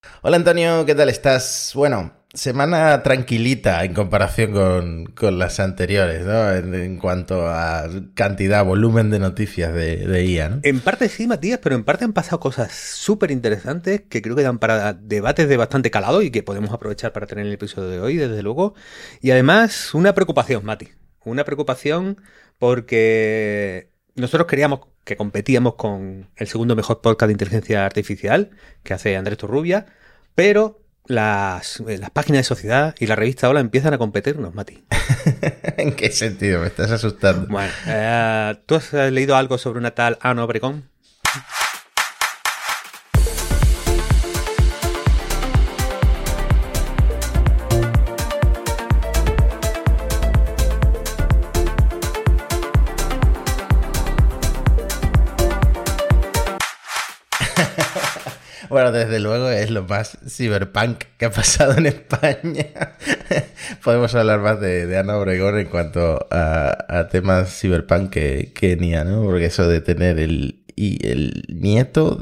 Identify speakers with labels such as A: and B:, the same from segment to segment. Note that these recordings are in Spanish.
A: Hola Antonio, ¿qué tal estás? Bueno, semana tranquilita en comparación con las anteriores, ¿no? En cuanto a cantidad, volumen de noticias de IA, ¿no?
B: En parte sí, Matías, pero en parte han pasado cosas súper interesantes que creo que dan para debates de bastante calado y que podemos aprovechar para tener el episodio de hoy, desde luego. Y además, una preocupación, Mati. Una preocupación porque nosotros queríamos que competíamos con el segundo mejor podcast de inteligencia artificial que hace Andrés Torrubia, pero las páginas de sociedad y la revista Hola empiezan a competirnos, Mati.
A: ¿En qué sentido? Me estás asustando.
B: Bueno, ¿tú has leído algo sobre una tal Anne Obregón?
A: Bueno, desde luego es lo más cyberpunk que ha pasado en España. Podemos hablar más de Ana Obregón en cuanto a temas cyberpunk que Nia, ¿no? Porque eso de tener el nieto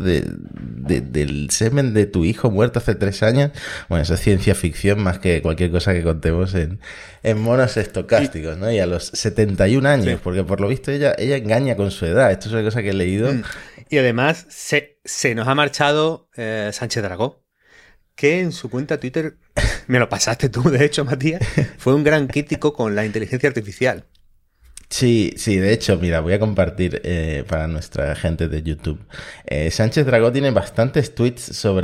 A: del semen de tu hijo muerto hace 3 años, bueno, eso es ciencia ficción más que cualquier cosa que contemos en monos estocásticos, ¿no? Y a los 71 años,
B: Sí.
A: porque por lo visto ella engaña con su edad. Esto es una cosa que he leído.
B: Y además se nos ha marchado Sánchez Dragó, que en su cuenta Twitter, me lo pasaste tú, de hecho, Matías, fue un gran crítico con la inteligencia artificial.
A: Sí, sí, de hecho, mira, voy a compartir para nuestra gente de YouTube. Sánchez Dragó tiene bastantes tweets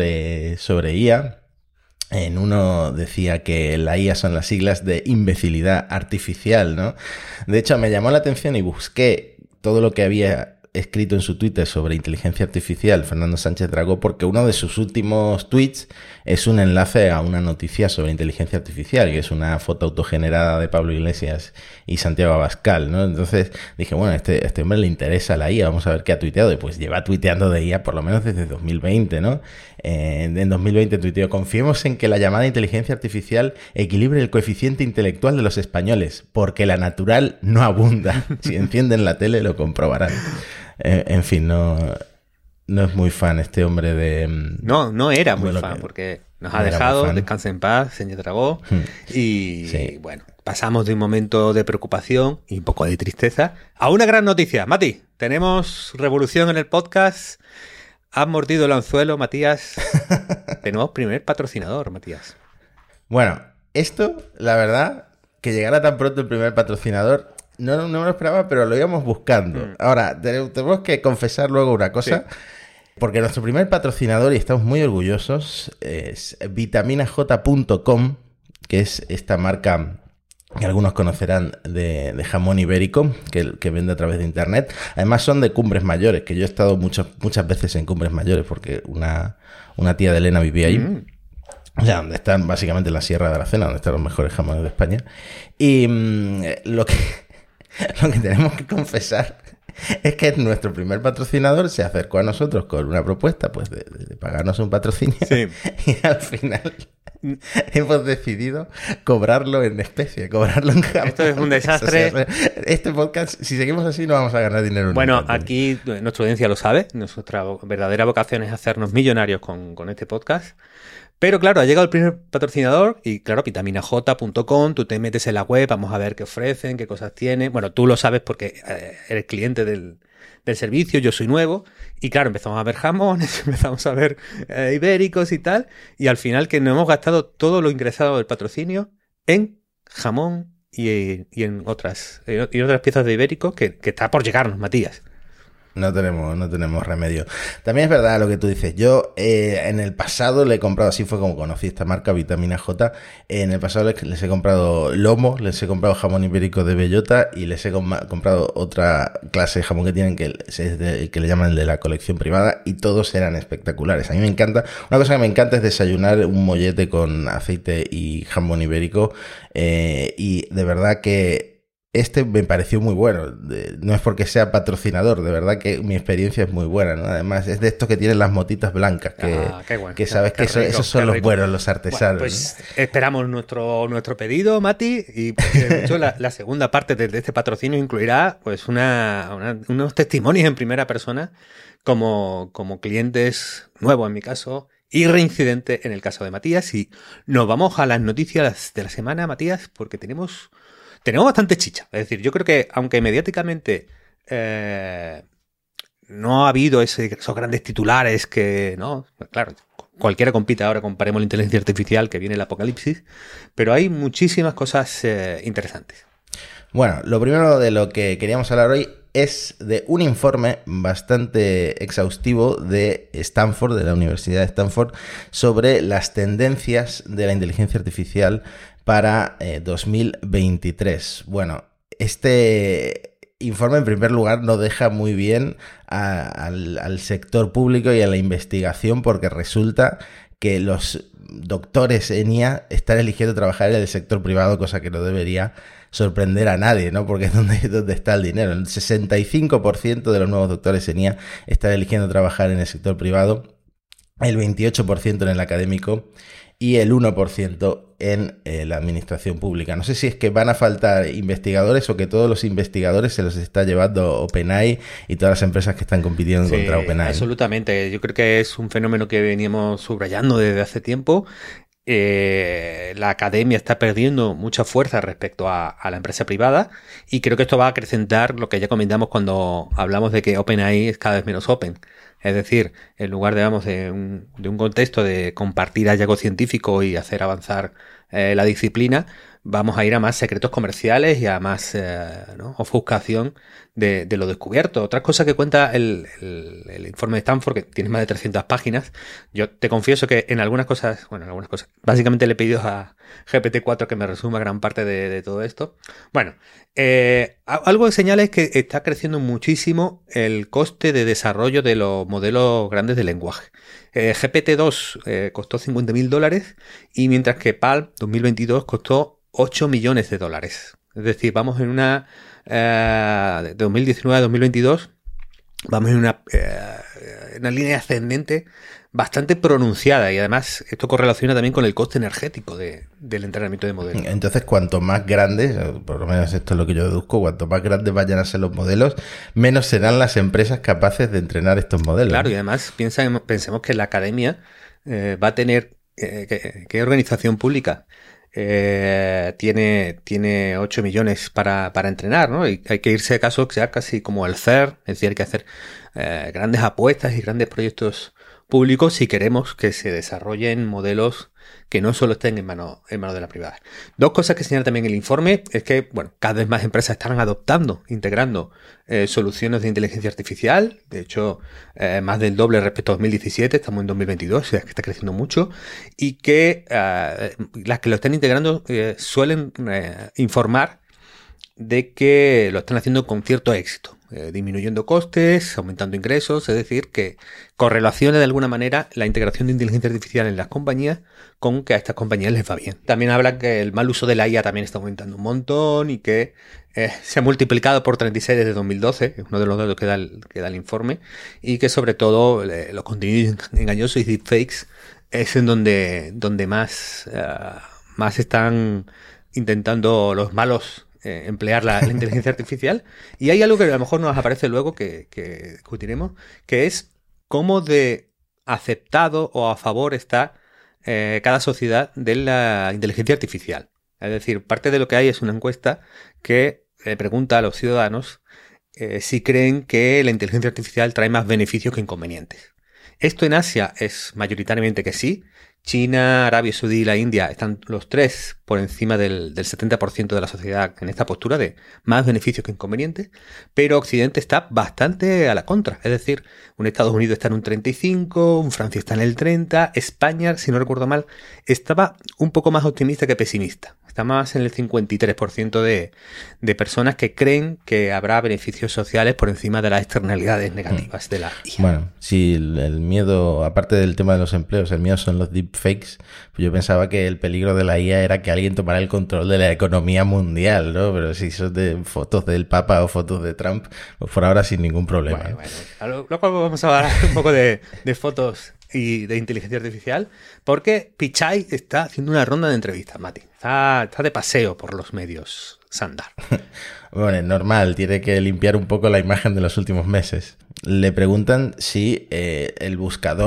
A: sobre IA. En uno decía que la IA son las siglas de imbecilidad artificial, ¿no? De hecho, me llamó la atención y busqué todo lo que había escrito en su Twitter sobre inteligencia artificial Fernando Sánchez Dragó, porque uno de sus últimos tweets es un enlace a una noticia sobre inteligencia artificial, que es una foto autogenerada de Pablo Iglesias y Santiago Abascal, ¿no? Entonces dije, bueno, este hombre le interesa la IA, vamos a ver qué ha tuiteado. Y pues lleva tuiteando de IA por lo menos desde 2020, ¿no? En 2020 tuiteó: confiemos en que la llamada inteligencia artificial equilibre el coeficiente intelectual de los españoles, porque la natural no abunda. Si encienden la tele lo comprobarán. En fin, no es muy fan este hombre de...
B: No, no era muy
A: bueno,
B: fan, porque nos
A: no
B: ha
A: era muy
B: dejado,
A: fan.
B: descansa en paz, Sánchez Dragó, y
A: Sí.
B: bueno, pasamos de un momento de preocupación y un poco de tristeza a una gran noticia. Mati, tenemos revolución en el podcast. Has mordido el anzuelo, Matías. Tenemos primer patrocinador, Matías.
A: Bueno, esto, la verdad, que llegara tan pronto el primer patrocinador, no me lo esperaba, pero lo íbamos buscando. Ahora, tenemos que confesar luego una cosa,
B: Sí.
A: porque nuestro primer patrocinador, y estamos muy orgullosos, es vitaminaj.com, que es esta marca que algunos conocerán de jamón ibérico, que vende a través de internet. Además son de Cumbres Mayores, que yo he estado muchas veces en Cumbres Mayores, porque una tía de Elena vivía ahí. O sea, donde están básicamente en la Sierra de Aracena, donde están los mejores jamones de España. Y lo que tenemos que confesar es que nuestro primer patrocinador se acercó a nosotros con una propuesta, pues, de pagarnos un patrocinio.
B: Sí.
A: Y al final hemos decidido cobrarlo en especie, cobrarlo en jamón.
B: Esto es un desastre.
A: O sea, este podcast, si seguimos así, no vamos a ganar dinero.
B: Bueno,
A: nunca.
B: aquí nuestra audiencia lo sabe. Nuestra verdadera vocación es hacernos millonarios con este podcast. Pero claro, ha llegado el primer patrocinador y claro, vitaminaj.com, tú te metes en la web, vamos a ver qué ofrecen, qué cosas tienen. Bueno, tú lo sabes porque eres cliente del servicio, yo soy nuevo. Y claro, empezamos a ver jamones, empezamos a ver ibéricos y tal. Y al final que nos hemos gastado todo lo ingresado del patrocinio en jamón y en otras piezas de ibérico que está por llegarnos, Matías.
A: No tenemos remedio. También es verdad lo que tú dices. Yo en el pasado le he comprado, así fue como conocí esta marca, Vitamina J. En el pasado les he comprado lomo, les he comprado jamón ibérico de bellota y les he comprado otra clase de jamón que tienen que le llaman el de la colección privada, y todos eran espectaculares. A mí me encanta. Una cosa que me encanta es desayunar un mollete con aceite y jamón ibérico, y de verdad que este me pareció muy bueno. No es porque sea patrocinador, de verdad que mi experiencia es muy buena, ¿no? Además, es de estos que tienen las motitas blancas,
B: Qué bueno,
A: que sabes
B: qué
A: que
B: rico,
A: esos son
B: qué
A: los
B: rico.
A: buenos, los artesanos.
B: Bueno, pues esperamos nuestro pedido, Mati, y de hecho la segunda parte de este patrocinio incluirá pues unos testimonios en primera persona como clientes nuevos en mi caso y reincidente en el caso de Matías. Y nos vamos a las noticias de la semana, Matías, porque tenemos bastante chicha. Es decir, yo creo que aunque mediáticamente no ha habido esos grandes titulares que, ¿no? Claro, cualquiera compite ahora, comparemos la inteligencia artificial, que viene el apocalipsis, pero hay muchísimas cosas interesantes.
A: Bueno, lo primero de lo que queríamos hablar hoy es de un informe bastante exhaustivo de Stanford, de la Universidad de Stanford, sobre las tendencias de la inteligencia artificial para 2023. Bueno, este informe en primer lugar no deja muy bien al sector público y a la investigación, porque resulta que los doctores en IA están eligiendo trabajar en el sector privado, cosa que no debería sorprender a nadie, ¿no? Porque es donde está el dinero. El 65% de los nuevos doctores en IA están eligiendo trabajar en el sector privado, el 28% en el académico y el 1% en la administración pública. No sé si es que van a faltar investigadores o que todos los investigadores se los está llevando OpenAI y todas las empresas que están compitiendo contra OpenAI.
B: Absolutamente. Yo creo que es un fenómeno que veníamos subrayando desde hace tiempo. La academia está perdiendo mucha fuerza respecto a la empresa privada, y creo que esto va a acrecentar lo que ya comentamos cuando hablamos de que OpenAI es cada vez menos open. Es decir, en lugar de un contexto de compartir hallazgo científico y hacer avanzar la disciplina, vamos a ir a más secretos comerciales y a más ofuscación de lo descubierto. Otra cosa que cuenta el informe de Stanford, que tiene más de 300 páginas, yo te confieso que en algunas cosas, básicamente le he pedido a GPT-4 que me resuma gran parte de todo esto. Bueno, algo que señala es que está creciendo muchísimo el coste de desarrollo de los modelos grandes de lenguaje. GPT-2 costó $50.000, y mientras que PaLM 2022 costó $8 millones. Es decir, vamos en de 2019 a 2022, vamos en una línea ascendente bastante pronunciada, y además esto correlaciona también con el coste energético del entrenamiento de modelos.
A: Entonces, cuanto más grandes, por lo menos esto es lo que yo deduzco, cuanto más grandes vayan a ser los modelos, menos serán las empresas capaces de entrenar estos modelos.
B: Claro, y además pensemos que la academia va a tener... ¿Qué organización pública tiene 8 millones para entrenar, ¿no? Y hay que irse a caso ya casi como el CERN, es decir, hay que hacer grandes apuestas y grandes proyectos públicos si queremos que se desarrollen modelos que no solo estén en manos de la privada. Dos cosas que señala también el informe es que, cada vez más empresas están integrando soluciones de inteligencia artificial. De hecho, más del doble respecto a 2017, estamos en 2022, o sea, que está creciendo mucho, y que las que lo están integrando suelen informar de que lo están haciendo con cierto éxito, disminuyendo costes, aumentando ingresos, es decir, que correlaciona de alguna manera la integración de inteligencia artificial en las compañías con que a estas compañías les va bien. También hablan que el mal uso de la IA también está aumentando un montón y que se ha multiplicado por 36 desde 2012, es uno de los datos que da el informe, y que sobre todo los contenidos engañosos y deepfakes es en donde más están intentando los malos emplear la inteligencia artificial. Y hay algo que a lo mejor nos aparece luego que discutiremos, que es cómo de aceptado o a favor está cada sociedad de la inteligencia artificial. Es decir, parte de lo que hay es una encuesta que pregunta a los ciudadanos si creen que la inteligencia artificial trae más beneficios que inconvenientes. Esto en Asia es mayoritariamente que sí. China, Arabia Saudí y la India están los tres por encima del 70% de la sociedad en esta postura de más beneficios que inconvenientes, pero Occidente está bastante a la contra. Es decir, un Estados Unidos está en un 35%, un Francia está en el 30%, España, si no recuerdo mal, estaba un poco más optimista que pesimista. Está más en el 53% de personas que creen que habrá beneficios sociales por encima de las externalidades negativas de la IA.
A: Bueno, si el miedo, aparte del tema de los empleos, el miedo son los deepfakes, pues yo pensaba que el peligro de la IA era que alguien tomara el control de la economía mundial, ¿no? Pero si son de fotos del Papa o fotos de Trump, pues por ahora sin ningún problema.
B: Bueno. Luego vamos a hablar un poco de fotos y de inteligencia artificial, porque Pichai está haciendo una ronda de entrevistas, Mati. Está de paseo por los medios, Sandar.
A: Bueno, es normal, tiene que limpiar un poco la imagen de los últimos meses. Le preguntan si el buscador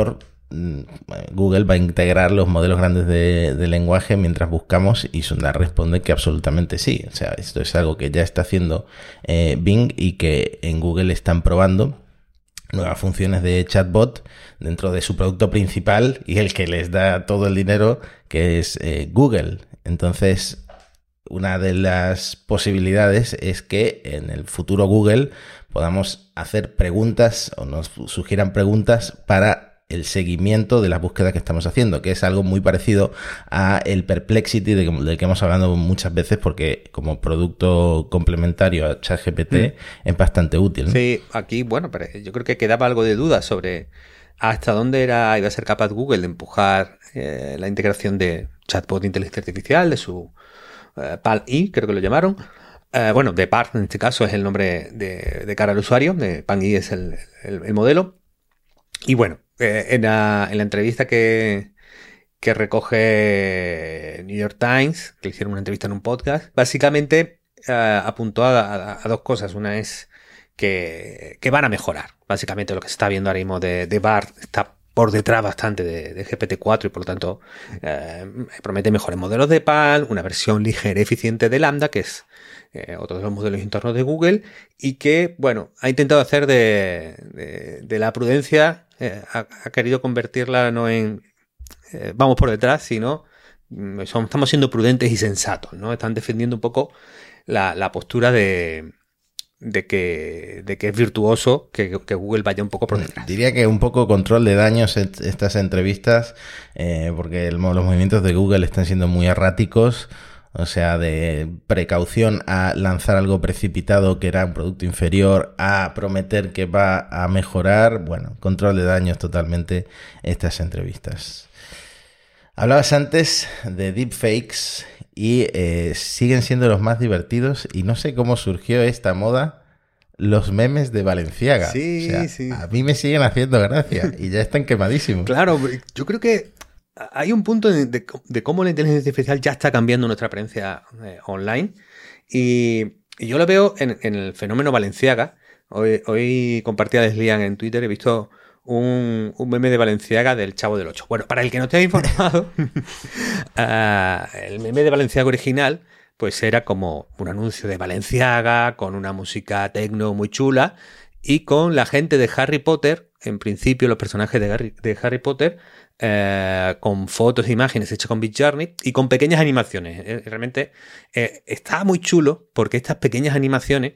A: Google va a integrar los modelos grandes de lenguaje mientras buscamos, y Sundar responde que absolutamente sí. O sea, esto es algo que ya está haciendo Bing y que en Google están probando nuevas funciones de chatbot dentro de su producto principal y el que les da todo el dinero, que es Google. Entonces, una de las posibilidades es que en el futuro Google podamos hacer preguntas o nos sugieran preguntas para el seguimiento de las búsquedas que estamos haciendo, que es algo muy parecido a el Perplexity del que hemos hablado muchas veces, porque como producto complementario a ChatGPT es bastante útil, ¿no?
B: Sí, aquí, bueno, pero yo creo que quedaba algo de duda sobre hasta dónde iba a ser capaz Google de empujar la integración de chatbot de inteligencia artificial, de su PAL-E, creo que lo llamaron. Bueno, de PAR, en este caso, es el nombre de cara al usuario, de PAL-E es el modelo. Y bueno, en la entrevista que recoge New York Times, que le hicieron una entrevista en un podcast, básicamente apuntó a dos cosas. Una es que van a mejorar. Básicamente lo que se está viendo ahora mismo de BART está por detrás bastante de GPT-4 y por lo tanto promete mejores modelos de PAL, una versión ligera y eficiente de Lambda, que es otro de los modelos internos de Google, y que, bueno, ha intentado hacer de la prudencia, ha querido convertirla no en vamos por detrás, sino estamos siendo prudentes y sensatos, ¿no? Están defendiendo un poco la postura de que es virtuoso que Google vaya un poco por detrás.
A: Diría que un poco control de daños estas entrevistas, porque los movimientos de Google están siendo muy erráticos. O sea, de precaución a lanzar algo precipitado que era un producto inferior a prometer que va a mejorar. Bueno, control de daños totalmente estas entrevistas. Hablabas antes de deepfakes y siguen siendo los más divertidos, y no sé cómo surgió esta moda, los memes de Balenciaga.
B: Sí,
A: o sea,
B: sí.
A: A mí me siguen haciendo gracia y ya están quemadísimos.
B: Claro, yo creo que hay un punto de cómo la inteligencia artificial ya está cambiando nuestra presencia online, y yo lo veo en el fenómeno Balenciaga. Hoy compartía Leslian en Twitter, he visto un meme de Balenciaga del Chavo del Ocho. Bueno, para el que no esté informado, el meme de Balenciaga original pues era como un anuncio de Balenciaga con una música techno muy chula y con la gente de Harry Potter, en principio los personajes de Harry Potter, con fotos e imágenes hechas con Midjourney y con pequeñas animaciones. Realmente está muy chulo porque estas pequeñas animaciones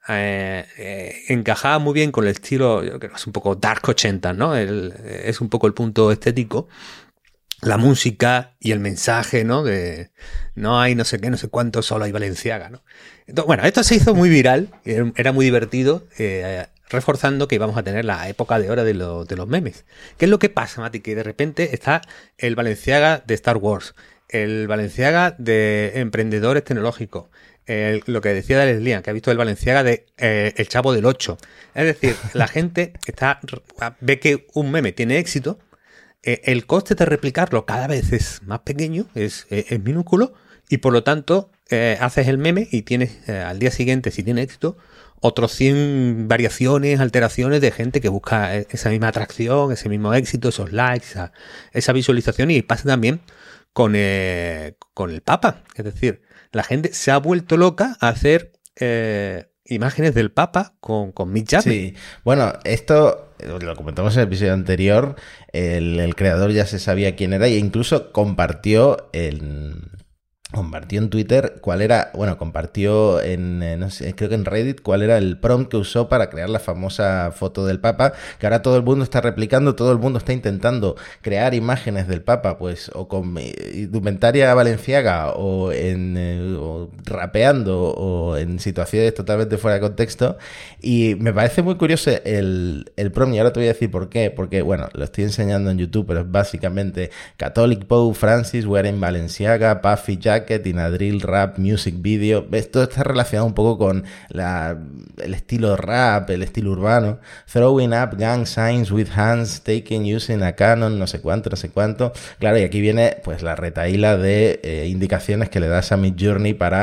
B: encajaban muy bien con el estilo, yo creo que es un poco dark 80, ¿no? Es un poco el punto estético. La música y el mensaje, ¿no? De no hay no sé qué, no sé cuánto, solo hay Balenciaga, ¿no? Entonces, bueno, esto se hizo muy viral, era muy divertido, reforzando que íbamos a tener la época de oro de los memes. ¿Qué es lo que pasa, Mati? Que de repente está el Balenciaga de Star Wars, el Balenciaga de emprendedores tecnológicos, lo que decía de Leslian, que ha visto el Balenciaga de El Chavo del Ocho. Es decir, la gente ve que un meme tiene éxito. El coste de replicarlo cada vez es más pequeño, es minúsculo, y por lo tanto haces el meme y tienes al día siguiente, si tiene éxito, otros 100 variaciones, alteraciones de gente que busca esa misma atracción, ese mismo éxito, esos likes, esa visualización. Y pasa también con el Papa. Es decir, la gente se ha vuelto loca a hacer imágenes del Papa con Midjourney.
A: Sí, bueno, esto lo comentamos en el episodio anterior, el creador ya se sabía quién era e incluso compartió en Twitter cuál era, bueno, compartió no sé, creo que en Reddit cuál era el prompt que usó para crear la famosa foto del Papa, que ahora todo el mundo está replicando, todo el mundo está intentando crear imágenes del Papa, pues, o con indumentaria Balenciaga, o o rapeando, o en situaciones totalmente fuera de contexto, y me parece muy curioso el prompt, y ahora te voy a decir por qué, porque, bueno, lo estoy enseñando en YouTube, pero es básicamente Catholic Pope Francis wearing Balenciaga, puffy jacket in a drill rap music video. Esto está relacionado un poco con el estilo rap, el estilo urbano. Throwing up gang signs with hands taken using a Canon, no sé cuánto. Claro, y aquí viene pues la retahíla de indicaciones que le das a Midjourney para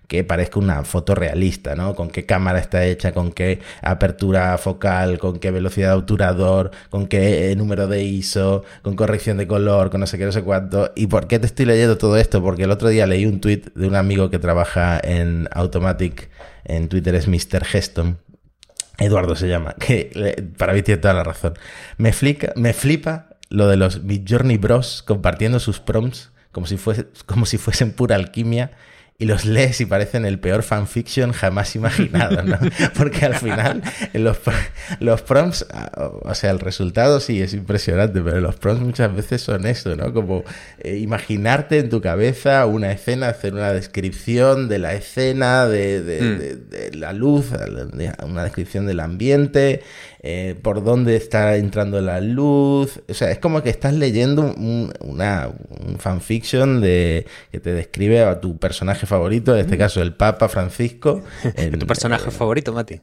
A: que parezca una foto realista, ¿no? Con qué cámara está hecha, con qué apertura focal, con qué velocidad de obturador, con qué número de ISO, con corrección de color, con no sé qué, no sé cuánto. ¿Y por qué te estoy leyendo todo esto? Porque el otro día leí un tweet de un amigo que trabaja en Automatic, en Twitter es Mr. Geston, Eduardo se llama, que para mí tiene toda la razón. Me flipa lo de los Midjourney Bros compartiendo sus prompts como si fuesen pura alquimia, y los lees y parecen el peor fanfiction jamás imaginado, ¿no? Porque al final los prompts, o sea, el resultado sí es impresionante, pero los prompts muchas veces son eso, ¿no? Como imaginarte en tu cabeza una escena, hacer una descripción de la escena, de la luz, una descripción del ambiente, por dónde está entrando la luz. O sea, es como que estás leyendo un fanfiction que te describe a tu personaje favorito, en este caso el Papa Francisco.
B: ¿Tu personaje favorito, Mati?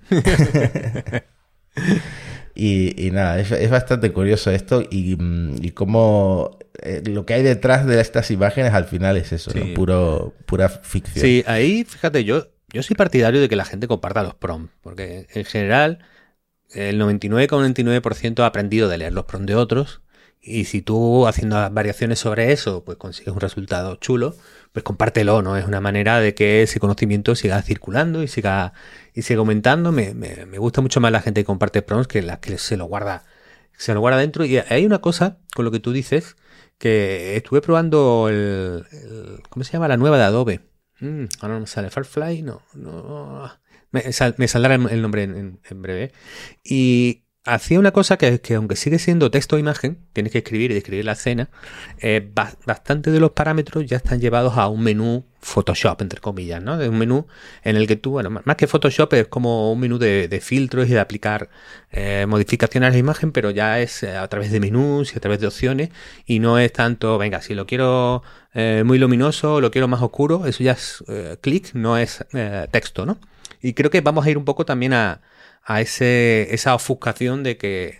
A: Y nada, es bastante curioso esto y cómo lo que hay detrás de estas imágenes al final es eso, sí, ¿no? Pura ficción.
B: Sí, ahí, fíjate, yo soy partidario de que la gente comparta los prompts, porque en general el 99,99% ha aprendido de leer los prompts de otros, y si tú haciendo variaciones sobre eso pues consigues un resultado chulo, pues compártelo, ¿no? Es una manera de que ese conocimiento siga circulando y siga aumentando. Me gusta mucho más la gente que comparte prompts que la que se lo guarda dentro. Y hay una cosa con lo que tú dices, que estuve probando ¿cómo se llama? La nueva de Adobe. Ahora no me sale. Firefly, no. Me saldrá el nombre en breve. Y hacía una cosa que aunque sigue siendo texto o imagen, tienes que escribir y describir la escena, bastante de los parámetros ya están llevados a un menú Photoshop, entre comillas, ¿no? De un menú en el que tú, bueno, más que Photoshop es como un menú de filtros y de aplicar modificaciones a la imagen, pero ya es a través de menús y a través de opciones, y no es tanto, venga, si lo quiero muy luminoso, lo quiero más oscuro, eso ya es clic, no es texto, ¿no? Y creo que vamos a ir un poco también a esa ofuscación de que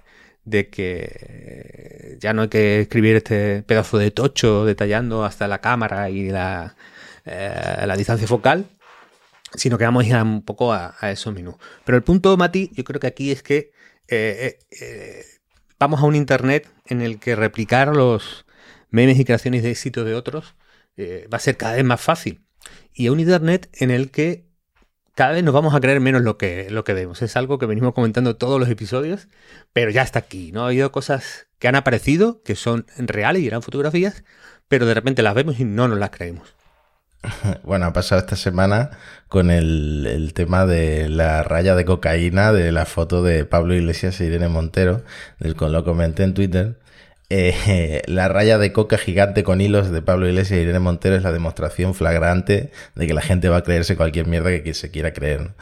B: ya no hay que escribir este pedazo de tocho detallando hasta la cámara y la distancia focal, sino que vamos a ir un poco a esos menús. Pero el punto, Mati, yo creo que aquí es que vamos a un internet en el que replicar los memes y creaciones de éxito de otros va a ser cada vez más fácil, y a un internet en el que cada vez nos vamos a creer menos lo que vemos. Es algo que venimos comentando todos los episodios, pero ya está aquí, ¿no? Ha habido cosas que han aparecido, que son reales y eran fotografías, pero de repente las vemos y no nos las creemos.
A: Bueno, ha pasado esta semana con el tema de la raya de cocaína de la foto de Pablo Iglesias e Irene Montero, lo comenté en Twitter. La raya de coca gigante con hilos de Pablo Iglesias y Irene Montero es la demostración flagrante de que la gente va a creerse cualquier mierda que se quiera creer, ¿no?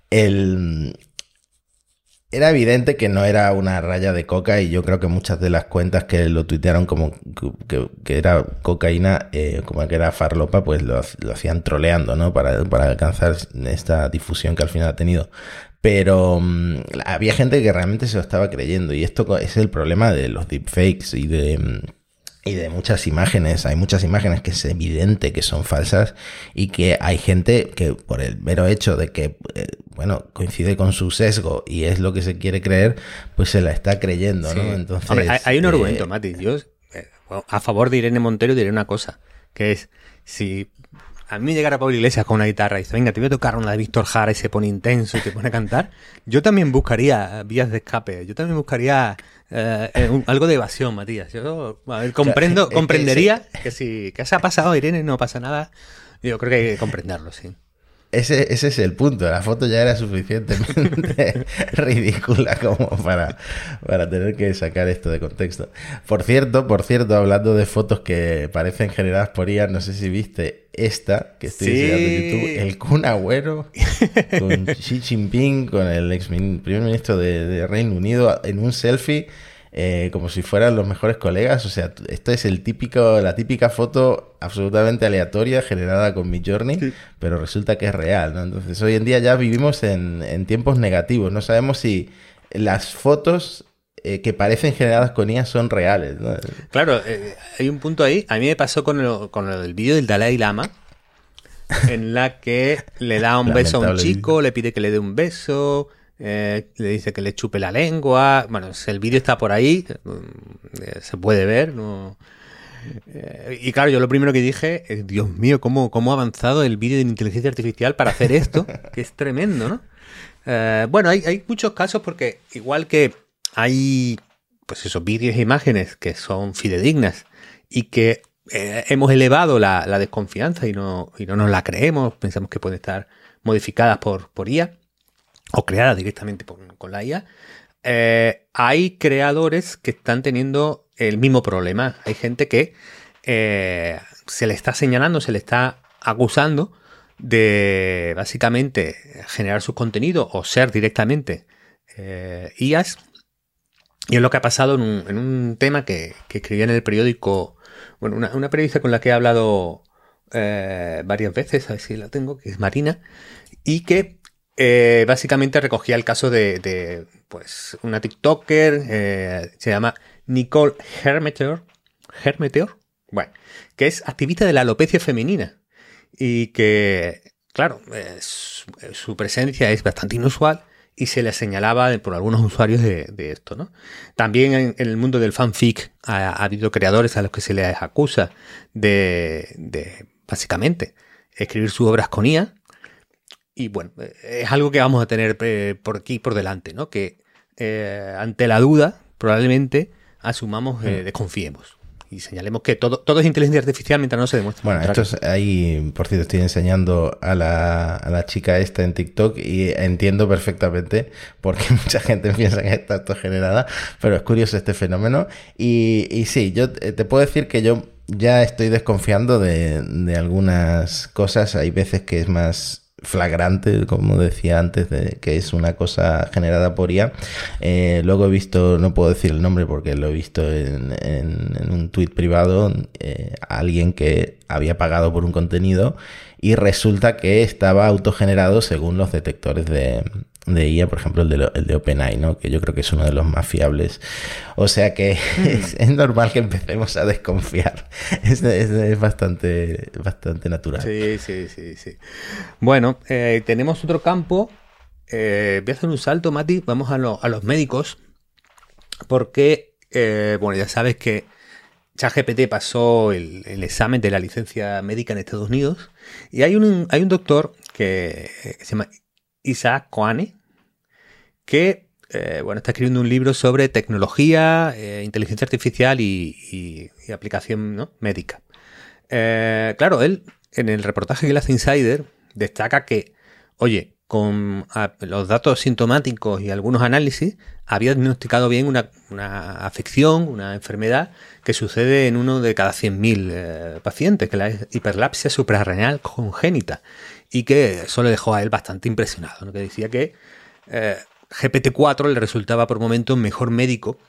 A: Era evidente que no era una raya de coca, y yo creo que muchas de las cuentas que lo tuitearon como que era cocaína, como que era farlopa, pues lo hacían troleando, ¿no? Para alcanzar esta difusión que al final ha tenido. Pero había gente que realmente se lo estaba creyendo, y esto es el problema de los deepfakes y de muchas imágenes. Hay muchas imágenes que es evidente que son falsas, y que hay gente que por el mero hecho de que coincide con su sesgo y es lo que se quiere creer, pues se la está creyendo, ¿no?
B: Sí.
A: Entonces,
B: hombre, hay un argumento, Mati. Yo a favor de Irene Montero diré una cosa, que es, si a mí me llegara Pablo Iglesias con una guitarra y dice, venga, te voy a tocar una de Víctor Jara, y se pone intenso y te pone a cantar, yo también buscaría vías de escape, yo también buscaría algo de evasión, Matías. Yo comprendería que si se ha pasado Irene, no pasa nada. Yo creo que hay que comprenderlo, sí.
A: Ese es el punto. La foto ya era suficientemente ridícula como para tener que sacar esto de contexto. Por cierto, hablando de fotos que parecen generadas por IA, no sé si viste esta que estoy enseñando en YouTube, el Kun Agüero con Xi Jinping, con el primer ministro de Reino Unido, en un selfie, como si fueran los mejores colegas. O sea, esto es la típica foto absolutamente aleatoria generada con Midjourney, sí, pero resulta que es real, ¿no? Entonces hoy en día ya vivimos en tiempos negativos. No sabemos si las fotos que parecen generadas con IA son reales, ¿no?
B: Claro, hay un punto ahí. A mí me pasó con el vídeo del Dalai Lama, en la que le da un beso a un chico, le pide que le dé un beso, le dice que le chupe la lengua. Bueno, el vídeo está por ahí, se puede ver, ¿no? Y claro, yo lo primero que dije es, Dios mío, ¿cómo ha avanzado el vídeo de inteligencia artificial para hacer esto? Que es tremendo, ¿no? Bueno, hay muchos casos porque igual que hay, pues esos vídeos e imágenes que son fidedignas y que hemos elevado la desconfianza y no nos la creemos, pensamos que pueden estar modificadas por IA o creadas directamente con la IA, hay creadores que están teniendo el mismo problema. Hay gente que se le está señalando, se le está acusando de básicamente generar sus contenidos o ser directamente IAs. Y es lo que ha pasado en un tema que escribía en el periódico, bueno, una periodista con la que he hablado varias veces, a ver si la tengo, que es Marina, y que básicamente recogía el caso de pues una TikToker, se llama Nicole Hermeteur, bueno, que es activista de la alopecia femenina y que, claro, su presencia es bastante inusual y se le señalaba por algunos usuarios de esto, ¿no? También en el mundo del fanfic ha habido creadores a los que se les acusa de básicamente escribir sus obras con IA. Y bueno, es algo que vamos a tener por aquí por delante, ¿no? Que ante la duda probablemente asumamos, desconfiemos y señalemos que todo es inteligencia artificial mientras no se demuestre.
A: Bueno, esto es ahí, por cierto, estoy enseñando a la chica esta en TikTok y entiendo perfectamente por qué mucha gente piensa que está autogenerada, pero es curioso este fenómeno. Y sí, yo te puedo decir que yo ya estoy desconfiando de algunas cosas. Hay veces que es más flagrante, como decía antes, de que es una cosa generada por IA. Luego he visto, no puedo decir el nombre porque lo he visto en un tuit privado, a alguien que había pagado por un contenido y resulta que estaba autogenerado según los detectores de IA, por ejemplo el de OpenAI, ¿no? Que yo creo que es uno de los más fiables. O sea que es normal que empecemos a desconfiar. Es bastante natural.
B: Sí. Bueno, tenemos otro campo. Voy a hacer un salto, Mati. Vamos a los médicos. Porque, bueno, ya sabes que ChatGPT pasó el examen de la licencia médica en Estados Unidos. Y hay un doctor que se llama Isaac Coane, que bueno, está escribiendo un libro sobre tecnología, inteligencia artificial y aplicación, ¿no?, médica. Claro, él en el reportaje que le hace Insider destaca que, oye, con los datos sintomáticos y algunos análisis había diagnosticado bien una afección, una enfermedad que sucede en uno de cada 100.000 pacientes, que es la hiperlapsia suprarrenal congénita, y que eso le dejó a él bastante impresionado, ¿no? Que decía que GPT-4 le resultaba por momentos mejor médico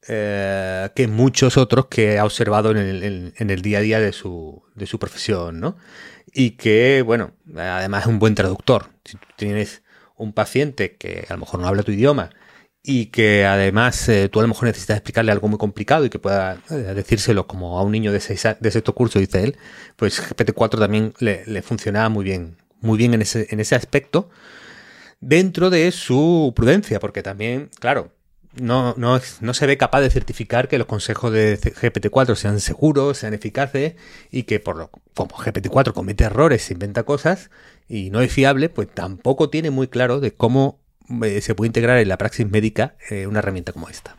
B: que muchos otros que ha observado en el día a día de su profesión, ¿no? Y que, bueno, además es un buen traductor. Si tú tienes un paciente que a lo mejor no habla tu idioma y que además tú a lo mejor necesitas explicarle algo muy complicado y que pueda decírselo como a un niño de sexto curso, dice él, pues GPT-4 también le funcionaba muy bien en ese aspecto, dentro de su prudencia, porque también, claro, no se ve capaz de certificar que los consejos de GPT-4 sean seguros, sean eficaces, y que como GPT-4 comete errores, se inventa cosas y no es fiable, pues tampoco tiene muy claro de cómo se puede integrar en la praxis médica una herramienta como esta.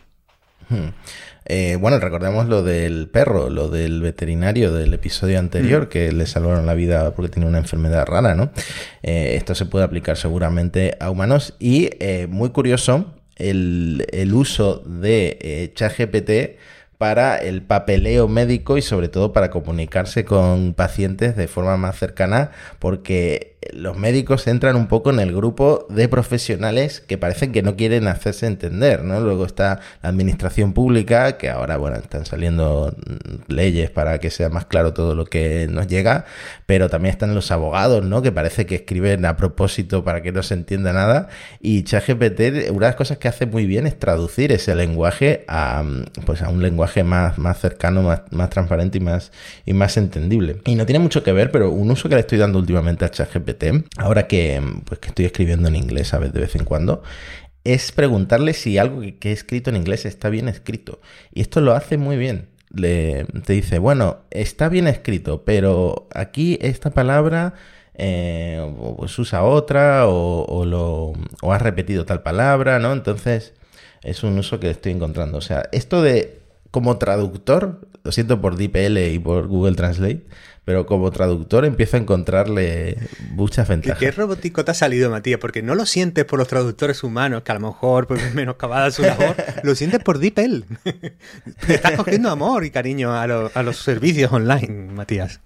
A: Bueno, recordemos lo del perro, lo del veterinario del episodio anterior, que le salvaron la vida porque tenía una enfermedad rara, ¿no? Esto se puede aplicar seguramente a humanos y muy curioso el uso de ChatGPT para el papeleo médico y sobre todo para comunicarse con pacientes de forma más cercana, porque los médicos entran un poco en el grupo de profesionales que parecen que no quieren hacerse entender, ¿no? Luego está la administración pública, que ahora, bueno, están saliendo leyes para que sea más claro todo lo que nos llega, pero también están los abogados, ¿no? Que parece que escriben a propósito para que no se entienda nada. Y ChatGPT, una de las cosas que hace muy bien es traducir ese lenguaje a un lenguaje más cercano, más transparente y más entendible. Y no tiene mucho que ver, pero un uso que le estoy dando últimamente a ChatGPT, ahora que estoy escribiendo en inglés a veces de vez en cuando, es preguntarle si algo que he escrito en inglés está bien escrito. Y esto lo hace muy bien. Te dice, bueno, está bien escrito, pero aquí esta palabra pues usa otra o has repetido tal palabra, ¿no? Entonces es un uso que estoy encontrando. O sea, esto de como traductor, lo siento por DeepL y por Google Translate, pero como traductor empiezo a encontrarle muchas ventajas.
B: ¿Qué robótico te ha salido, Matías? Porque no lo sientes por los traductores humanos, que a lo mejor pues, es menoscabada su labor, lo sientes por DeepL. Te estás cogiendo amor y cariño a los servicios online, Matías.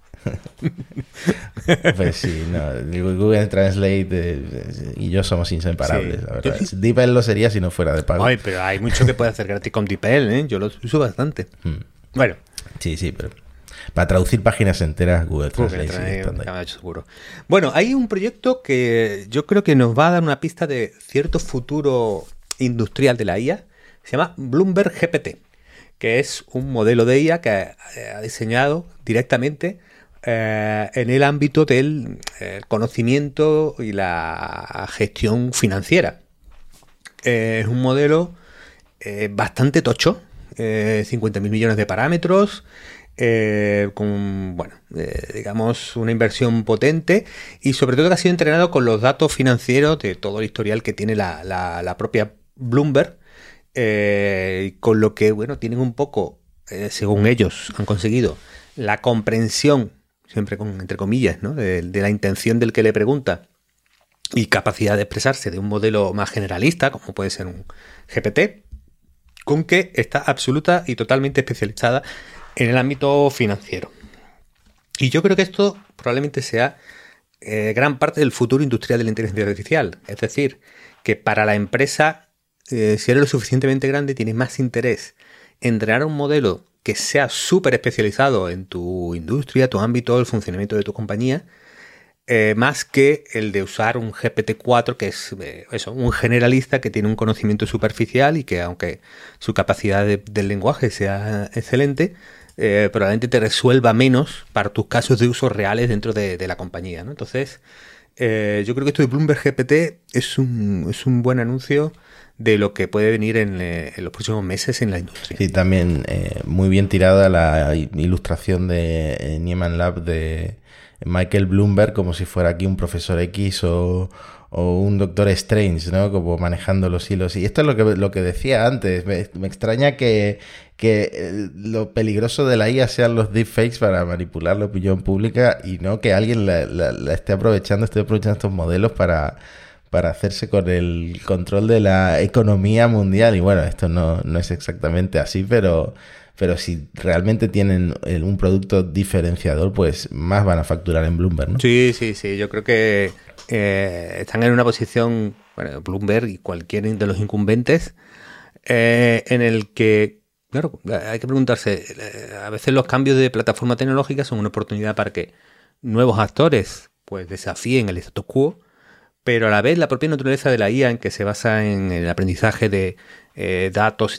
A: Pues sí, no, Google Translate y yo somos inseparables, sí, la verdad. DeepL lo sería si no fuera de pago.
B: Ay, pero hay mucho que puede hacer gratis con DeepL, ¿eh? Yo lo uso bastante. Bueno.
A: Sí, pero para traducir páginas enteras, Google Translate.
B: Seguro. Bueno, hay un proyecto que yo creo que nos va a dar una pista de cierto futuro industrial de la IA. Se llama Bloomberg GPT, que es un modelo de IA que ha diseñado directamente en el ámbito del conocimiento y la gestión financiera. Es un modelo bastante tocho, 50.000 millones de parámetros, con, digamos, una inversión potente y sobre todo que ha sido entrenado con los datos financieros de todo el historial que tiene la propia Bloomberg, con lo que, tienen un poco, según ellos han conseguido, la comprensión, siempre entre comillas, ¿no? de la intención del que le pregunta y capacidad de expresarse de un modelo más generalista, como puede ser un GPT, con que está absoluta y totalmente especializada en el ámbito financiero. Y yo creo que esto probablemente sea gran parte del futuro industrial de la inteligencia artificial. Es decir, que para la empresa, si eres lo suficientemente grande, tienes más interés en entrenar un modelo que sea súper especializado en tu industria, tu ámbito, el funcionamiento de tu compañía, más que el de usar un GPT-4, que es un generalista que tiene un conocimiento superficial y que, aunque su capacidad del lenguaje sea excelente, probablemente te resuelva menos para tus casos de uso reales dentro de la compañía, ¿no? Entonces, yo creo que esto de Bloomberg GPT es un buen anuncio de lo que puede venir en los próximos meses en la industria.
A: Sí, también muy bien tirada la ilustración de Nieman Lab de Michael Bloomberg, como si fuera aquí un profesor X o un Doctor Strange, ¿no? Como manejando los hilos. Y esto es lo que decía antes. Me extraña que lo peligroso de la IA sean los deepfakes para manipular la opinión pública y no que alguien la esté aprovechando estos modelos para hacerse con el control de la economía mundial. Y bueno, esto no es exactamente así, pero si realmente tienen un producto diferenciador, pues más van a facturar en Bloomberg, ¿no?
B: Sí. Yo creo que están en una posición, Bloomberg y cualquier de los incumbentes, en el que, claro, hay que preguntarse, a veces los cambios de plataforma tecnológica son una oportunidad para que nuevos actores pues desafíen el status quo, pero a la vez la propia naturaleza de la IA, en que se basa en el aprendizaje de datos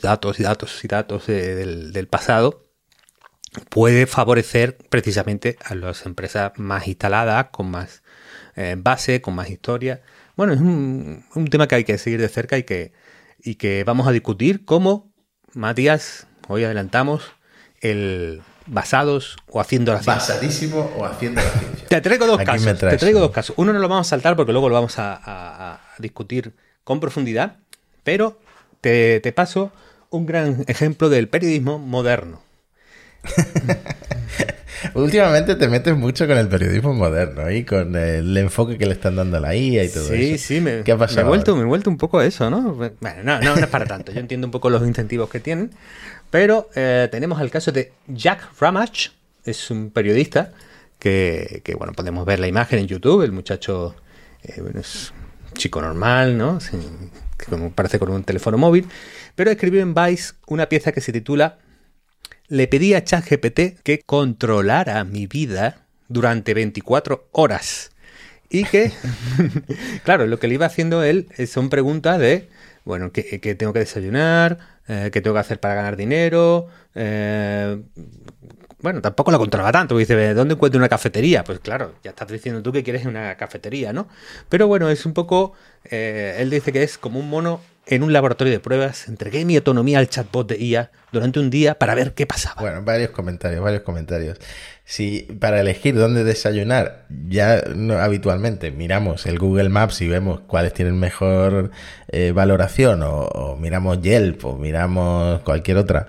B: del pasado, puede favorecer precisamente a las empresas más instaladas, con más base, con más historia. Bueno, es un tema que hay que seguir de cerca y que vamos a discutir como, Matías, hoy adelantamos, el basados o haciendo la ciencia.
A: Basadísimo o haciendo la ciencia.
B: Te traigo dos casos. Uno no lo vamos a saltar porque luego lo vamos a discutir con profundidad, pero te paso un gran ejemplo del periodismo moderno.
A: Últimamente te metes mucho con el periodismo moderno y con el enfoque que le están dando a la IA y todo eso.
B: Sí,
A: ¿Qué ha pasado?
B: Me he vuelto un poco a eso, ¿no? Bueno, no es para tanto. Yo entiendo un poco los incentivos que tienen, pero tenemos el caso de Jack Ramage, es un periodista bueno, podemos ver la imagen en YouTube. El muchacho bueno, es un chico normal, ¿no? Sí, que como parece con un teléfono móvil, pero escribió en Vice una pieza que se titula "Le pedí a ChatGPT que controlara mi vida durante 24 horas". Y que, claro, lo que le iba haciendo él son preguntas de, bueno, ¿qué tengo que desayunar? ¿Qué tengo que hacer para ganar dinero? Bueno, tampoco lo controlaba tanto. Dice, ¿dónde encuentro una cafetería? Pues claro, ya estás diciendo tú que quieres una cafetería, ¿no? Pero bueno, es un poco... él dice que es como un mono en un laboratorio de pruebas. Entregué mi autonomía al chatbot de IA durante un día para ver qué pasaba.
A: Bueno, varios comentarios. Si para elegir dónde desayunar, ya no, habitualmente miramos el Google Maps y vemos cuáles tienen mejor valoración, o miramos Yelp, o miramos cualquier otra,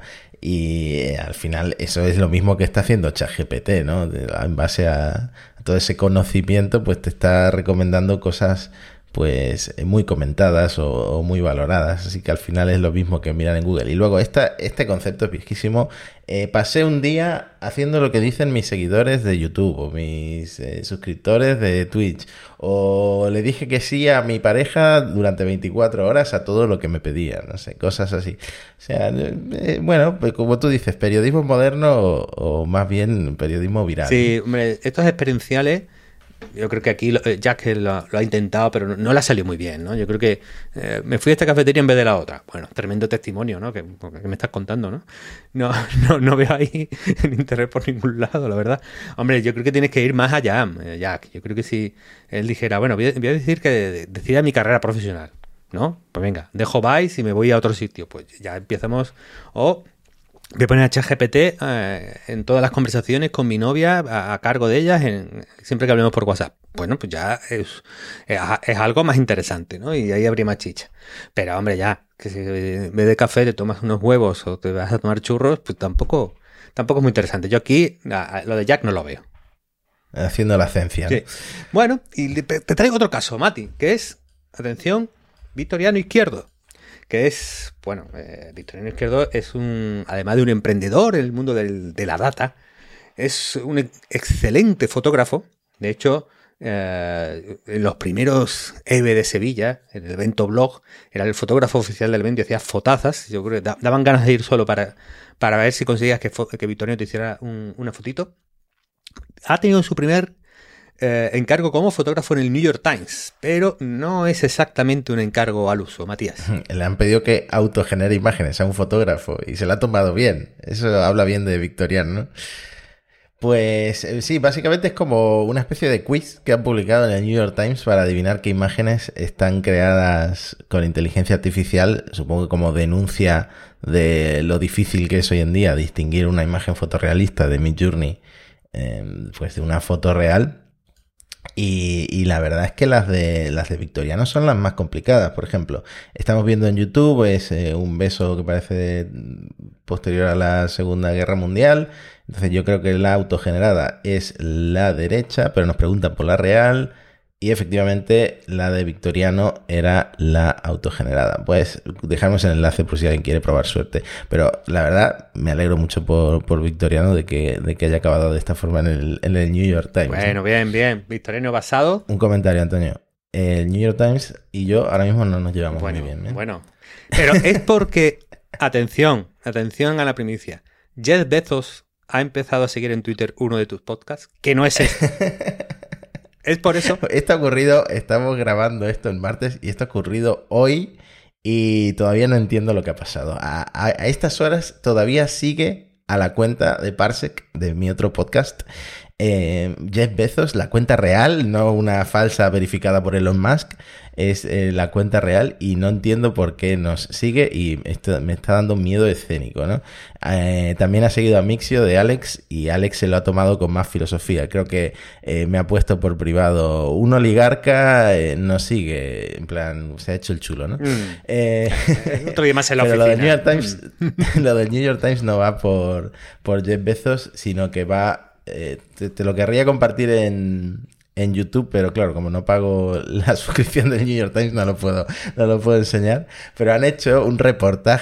A: y al final eso es lo mismo que está haciendo ChatGPT, ¿no? En base a todo ese conocimiento, pues te está recomendando cosas pues muy comentadas o muy valoradas, así que al final es lo mismo que mirar en Google. Y luego este concepto es viejísimo. Pasé un día haciendo lo que dicen mis seguidores de YouTube o mis suscriptores de Twitch, o le dije que sí a mi pareja durante 24 horas a todo lo que me pedía, no sé, cosas así. O sea, bueno, pues como tú dices, periodismo moderno o más bien periodismo viral.
B: Sí, hombre, estos experienciales, yo creo que aquí Jack lo ha intentado, pero no le ha salido muy bien, ¿no? Yo creo que me fui a esta cafetería en vez de la otra. Bueno, tremendo testimonio, ¿no? Que me estás contando, ¿no? No veo ahí el interés por ningún lado, la verdad. Hombre, yo creo que tienes que ir más allá, Jack. Yo creo que si él dijera, bueno, voy a decir que decida mi carrera profesional, ¿no? Pues venga, dejo Vice y me voy a otro sitio. Pues ya empezamos. O voy a poner a ChatGPT en todas las conversaciones con mi novia, a cargo de ellas, siempre que hablemos por WhatsApp. Bueno, pues ya es algo más interesante, ¿no? Y ahí habría más chicha. Pero, hombre, ya, que si en vez de café te tomas unos huevos o te vas a tomar churros, pues tampoco es muy interesante. Yo aquí, lo de Jack no lo veo.
A: Haciendo la ciencia, ¿no?
B: Sí. Bueno, y te traigo otro caso, Mati, que es, atención, Victoriano Izquierdo. Que es, bueno, Victoriano Izquierdo es además de un emprendedor en el mundo de la data, es un excelente fotógrafo. De hecho, en los primeros EVE de Sevilla, en el evento blog, era el fotógrafo oficial del evento y hacía fotazas. Yo creo que daban ganas de ir solo para ver si conseguías que Victoriano te hiciera una fotito. Ha tenido su primer encargo como fotógrafo en el New York Times, pero no es exactamente un encargo al uso, Matías.
A: Le han pedido que autogenere imágenes a un fotógrafo y se lo ha tomado bien. Eso habla bien de Victoriano, ¿no? Pues sí, básicamente es como una especie de quiz que han publicado en el New York Times para adivinar qué imágenes están creadas con inteligencia artificial, supongo que como denuncia de lo difícil que es hoy en día distinguir una imagen fotorrealista de Midjourney pues de una foto real. Y la verdad es que las de Victoriano son las más complicadas. Por ejemplo, estamos viendo en YouTube un beso que parece posterior a la Segunda Guerra Mundial. Entonces yo creo que la autogenerada es la derecha, pero nos preguntan por la real. Y efectivamente la de Victoriano era la autogenerada. Pues dejamos el enlace por si alguien quiere probar suerte. Pero la verdad me alegro mucho por Victoriano de que haya acabado de esta forma en el New York Times.
B: Bueno, bien. Victoriano basado.
A: Un comentario, Antonio. El New York Times y yo ahora mismo no nos llevamos muy bien.
B: Bueno, pero es porque, atención a la primicia. Jeff Bezos ha empezado a seguir en Twitter uno de tus podcasts, que no es este. Es por eso.
A: Esto ha ocurrido, estamos grabando esto el martes y esto ha ocurrido hoy y todavía no entiendo lo que ha pasado. A estas horas todavía sigue a la cuenta de Parsec, de mi otro podcast, Jeff Bezos, la cuenta real, no una falsa verificada por Elon Musk, es la cuenta real y no entiendo por qué nos sigue y esto me está dando miedo escénico, ¿no? También ha seguido a Mixio de Alex y Alex se lo ha tomado con más filosofía. Creo que me ha puesto por privado un oligarca, no sigue, en plan, se ha hecho el chulo, ¿no?
B: Otro día más en la
A: pero
B: oficina.
A: Lo del New York Times, lo del New York Times no va por Jeff Bezos, sino que va... te lo querría compartir en YouTube, pero claro, como no pago la suscripción del New York Times no lo puedo enseñar, pero han hecho un reportaje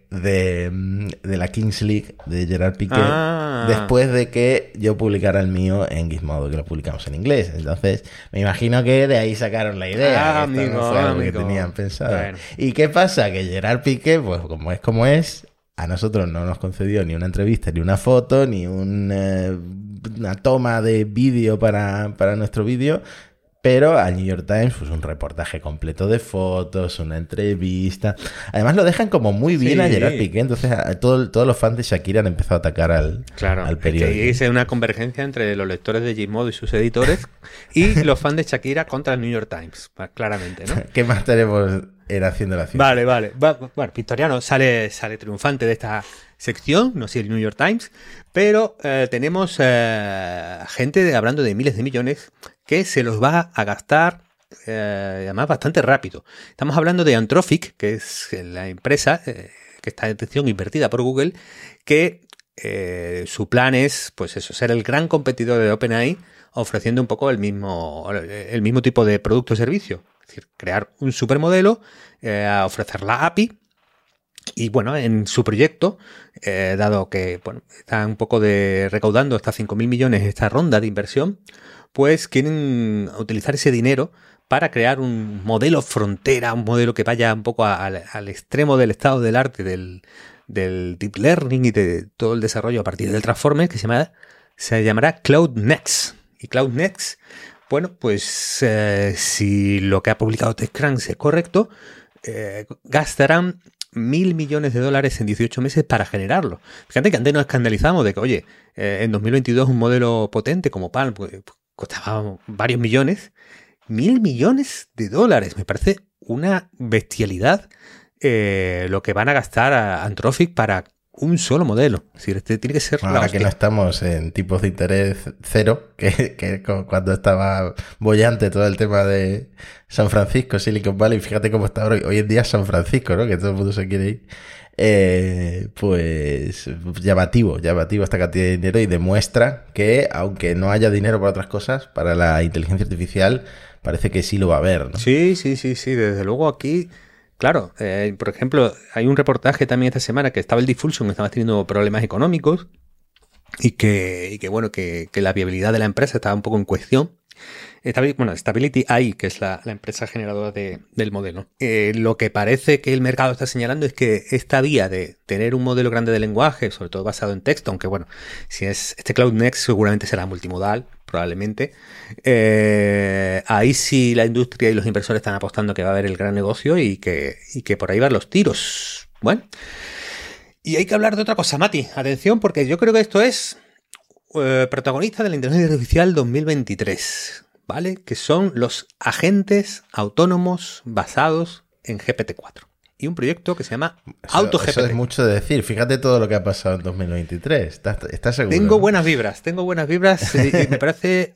A: de la Kings League de Gerard Piqué después de que yo publicara el mío en Gizmodo, que lo publicamos en inglés. Entonces, me imagino que de ahí sacaron la idea. Esto no fue algo que tenían pensado. Bueno. ¿Y qué pasa? Que Gerard Piqué, pues como es, a nosotros no nos concedió ni una entrevista, ni una foto, ni una toma de vídeo para nuestro vídeo. Pero al New York Times, pues un reportaje completo de fotos, una entrevista. Además lo dejan como muy bien a Gerard Piqué. Entonces todos los fans de Shakira han empezado a atacar al periódico.
B: Que es una convergencia entre los lectores de Gizmodo y sus editores y los fans de Shakira contra el New York Times, claramente, ¿no?
A: ¿Qué más tenemos en Haciendo la Ciencia?
B: Vale. Bueno, Victoriano sale triunfante de esta sección, no sé el New York Times, pero tenemos gente hablando de miles de millones que se los va a gastar además bastante rápido. Estamos hablando de Anthropic, que es la empresa que está en atención invertida por Google, que su plan es, pues eso, ser el gran competidor de OpenAI, ofreciendo un poco el mismo tipo de producto o servicio. Es decir, crear un supermodelo, ofrecer la API. Y bueno, en su proyecto, dado que está un poco recaudando hasta 5.000 millones esta ronda de inversión, pues quieren utilizar ese dinero para crear un modelo frontera, un modelo que vaya un poco al extremo del estado del arte, del deep learning y de todo el desarrollo a partir del Transformer, que se llamará Cloud Next. Y Cloud Next, bueno, pues si lo que ha publicado TechCrunch es correcto, gastarán $1.000 millones en 18 meses para generarlo. Fíjate que antes nos escandalizamos de que, oye, en 2022 un modelo potente como Palm pues, costaba varios millones. $1.000 millones. Me parece una bestialidad lo que van a gastar a Anthropic para un solo modelo. Es decir, este tiene que ser
A: ahora que no estamos en tipos de interés cero, que cuando estaba bollante todo el tema de San Francisco, Silicon Valley, fíjate cómo está hoy en día San Francisco, ¿no? Que todo el mundo se quiere ir. Pues llamativo esta cantidad de dinero, y demuestra que aunque no haya dinero para otras cosas, para la inteligencia artificial parece que sí lo va a haber, ¿no?
B: Sí, desde luego aquí. Claro, por ejemplo, hay un reportaje también esta semana que estaba el Diffusion, estaba teniendo problemas económicos y que la viabilidad de la empresa estaba un poco en cuestión. Stability AI, que es la empresa generadora del modelo. Lo que parece que el mercado está señalando es que esta vía de tener un modelo grande de lenguaje, sobre todo basado en texto, aunque bueno, si es este Cloud Next seguramente será multimodal, probablemente. Ahí sí la industria y los inversores están apostando que va a haber el gran negocio y que por ahí van los tiros. Bueno, y hay que hablar de otra cosa, Mati. Atención, porque yo creo que esto es protagonista de la inteligencia artificial 2023, ¿vale? Que son los agentes autónomos basados en GPT-4. Y un proyecto que se llama AutoGPT.
A: Eso es mucho de decir. Fíjate todo lo que ha pasado en 2023. ¿Estás seguro?
B: Tengo buenas vibras y me parece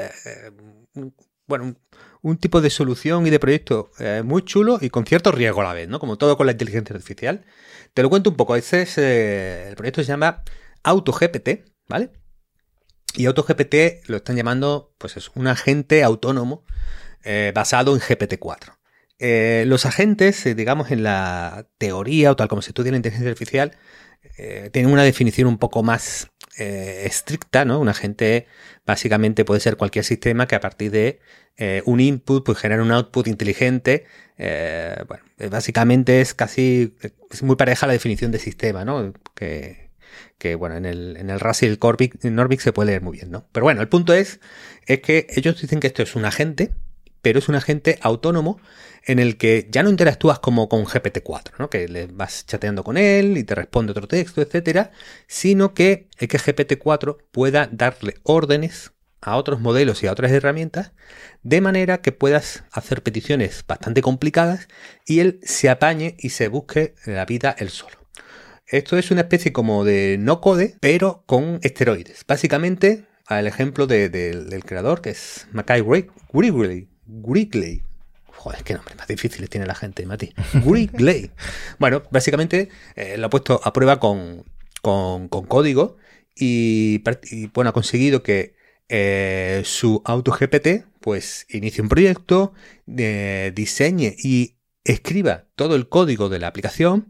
B: un tipo de solución y de proyecto muy chulo y con cierto riesgo a la vez, ¿no? Como todo con la inteligencia artificial. Te lo cuento un poco. El proyecto se llama AutoGPT, ¿vale? Y AutoGPT lo están llamando, pues es un agente autónomo basado en GPT-4. Los agentes, digamos, en la teoría o tal como se estudia la inteligencia artificial, tienen una definición un poco más estricta, ¿no? Un agente básicamente puede ser cualquier sistema que a partir de un input pues genera un output inteligente. Básicamente es muy pareja a la definición de sistema, ¿no? Que bueno, en el Russell Norvig se puede leer muy bien, ¿no? Pero bueno, el punto es que ellos dicen que esto es un agente, pero es un agente autónomo en el que ya no interactúas como con GPT-4, ¿no? Que le vas chateando con él y te responde otro texto, etcétera, sino que es que GPT-4 pueda darle órdenes a otros modelos y a otras herramientas de manera que puedas hacer peticiones bastante complicadas y él se apañe y se busque la vida él solo. Esto es una especie como de no code, pero con esteroides. Básicamente, al ejemplo del creador, que es Mackay Wrigley. Joder, qué nombre más difíciles tiene la gente, Mati. Wrigley. Bueno, básicamente lo ha puesto a prueba con código y bueno, ha conseguido que su AutoGPT pues inicie un proyecto, diseñe y escriba todo el código de la aplicación,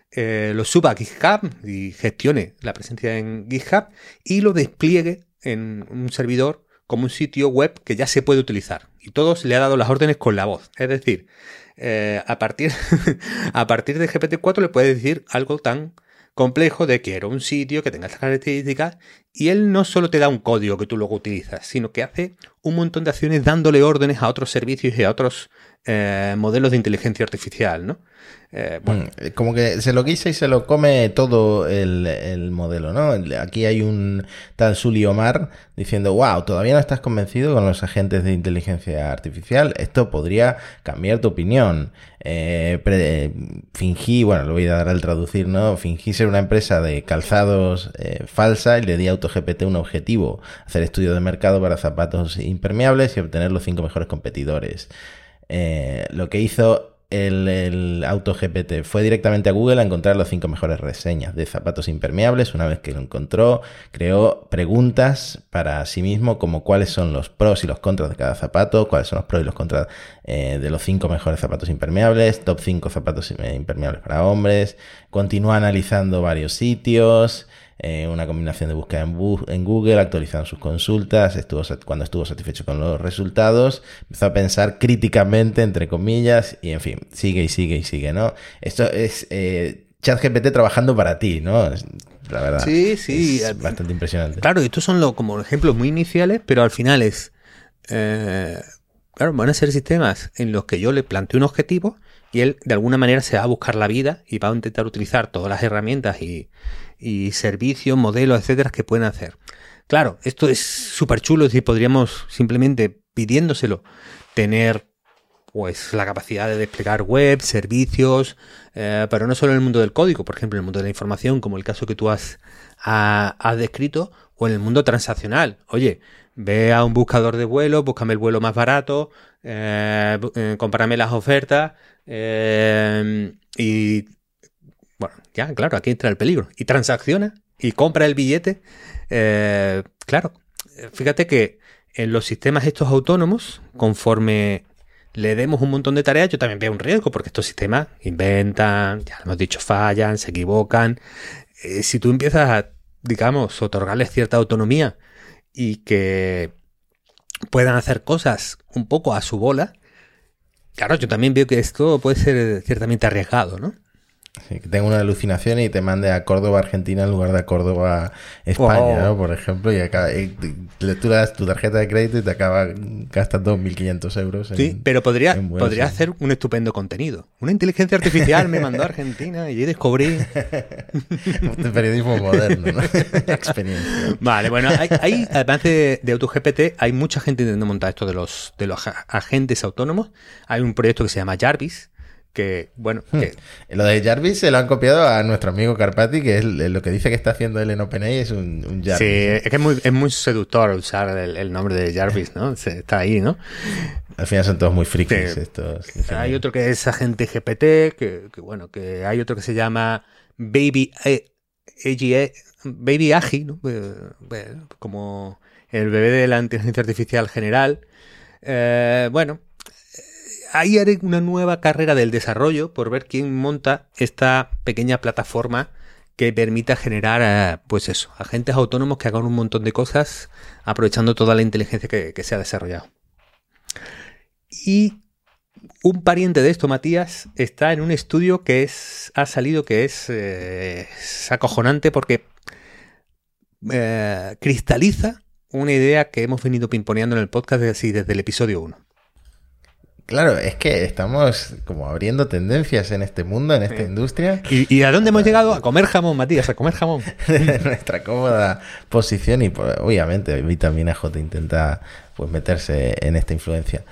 B: lo suba a GitHub y gestione la presencia en GitHub y lo despliegue en un servidor como un sitio web que ya se puede utilizar. Y todos le ha dado las órdenes con la voz. Es decir, a partir de GPT-4 le puedes decir algo tan complejo de quiero un sitio que tenga estas características, y él no solo te da un código que tú luego utilizas, sino que hace un montón de acciones dándole órdenes a otros servicios y a otros modelos de inteligencia artificial, ¿no?
A: Como que se lo guisa y se lo come todo el modelo, ¿no? Aquí hay un tal Sully Omar diciendo, wow, ¿todavía no estás convencido con los agentes de inteligencia artificial? Esto podría cambiar tu opinión. Fingí, bueno, lo voy a dar al traducir, ¿no? Fingí ser una empresa de calzados falsa y le di a AutoGPT un objetivo, hacer estudio de mercado para zapatos impermeables y obtener los 5 mejores competidores. Lo que hizo el AutoGPT fue directamente a Google a encontrar las 5 mejores reseñas de zapatos impermeables. Una vez que lo encontró, creó preguntas para sí mismo como cuáles son los pros y los contras de cada zapato, cuáles son los pros y los contras de los 5 mejores zapatos impermeables, top 5 zapatos impermeables para hombres. Continúa analizando varios sitios, una combinación de búsqueda en Google, actualizando sus consultas, cuando estuvo satisfecho con los resultados, empezó a pensar críticamente, entre comillas, y en fin, sigue y sigue y sigue, ¿no? Esto es ChatGPT trabajando para ti, ¿no? La verdad,
B: sí.
A: Es bastante impresionante.
B: Claro, estos son como ejemplos muy iniciales, pero al final es... claro, van a ser sistemas en los que yo le planteo un objetivo y él de alguna manera se va a buscar la vida y va a intentar utilizar todas las herramientas y servicios, modelos, etcétera, que pueden hacer. Claro, esto es súper chulo, es decir, podríamos simplemente pidiéndoselo tener pues la capacidad de desplegar web, servicios, pero no solo en el mundo del código, por ejemplo, en el mundo de la información, como el caso que tú has descrito, o en el mundo transaccional. Oye, ve a un buscador de vuelos, búscame el vuelo más barato, compárame las ofertas, y bueno, ya, claro, aquí entra el peligro. Y transacciona y compra el billete. Claro, fíjate que en los sistemas estos autónomos, conforme le demos un montón de tareas, yo también veo un riesgo, porque estos sistemas inventan, ya lo hemos dicho, fallan, se equivocan. Si tú empiezas a, digamos, otorgarles cierta autonomía y que puedan hacer cosas un poco a su bola, claro, yo también veo que esto puede ser ciertamente arriesgado, ¿no?
A: Sí, que tenga una alucinación y te mande a Córdoba, Argentina, en lugar de a Córdoba, España, ¿no? Por ejemplo, y tú le das tu tarjeta de crédito y te acaba gastando 1.500 euros.
B: Sí, pero podría hacer un estupendo contenido. Una inteligencia artificial me mandó a Argentina y yo descubrí...
A: Periodismo moderno, ¿no? Experiencia.
B: Vale, bueno, hay además de AutoGPT, hay mucha gente intentando montar esto de los agentes autónomos. Hay un proyecto que se llama Jarvis, que, bueno...
A: Lo de Jarvis se lo han copiado a nuestro amigo Karpati, que es lo que dice que está haciendo él en OpenAI, es un Jarvis.
B: Sí, es que es muy seductor usar el nombre de Jarvis, ¿no? Está ahí, ¿no?
A: Al final son todos muy frikis estos.
B: Hay otro que es agente GPT, que hay otro que se llama Baby Agi, ¿no? Como el bebé de la inteligencia artificial general. Ahí haré una nueva carrera del desarrollo por ver quién monta esta pequeña plataforma que permita generar, agentes autónomos que hagan un montón de cosas aprovechando toda la inteligencia que se ha desarrollado. Y un pariente de esto, Matías, está en un estudio que es acojonante porque cristaliza una idea que hemos venido pimponeando en el podcast desde el episodio 1.
A: Claro, es que estamos como abriendo tendencias en este mundo, en esta industria.
B: ¿Y a dónde hemos llegado? A comer jamón, Matías, a comer jamón.
A: Nuestra cómoda posición y pues, obviamente Vitamina J intenta pues meterse en esta influencia.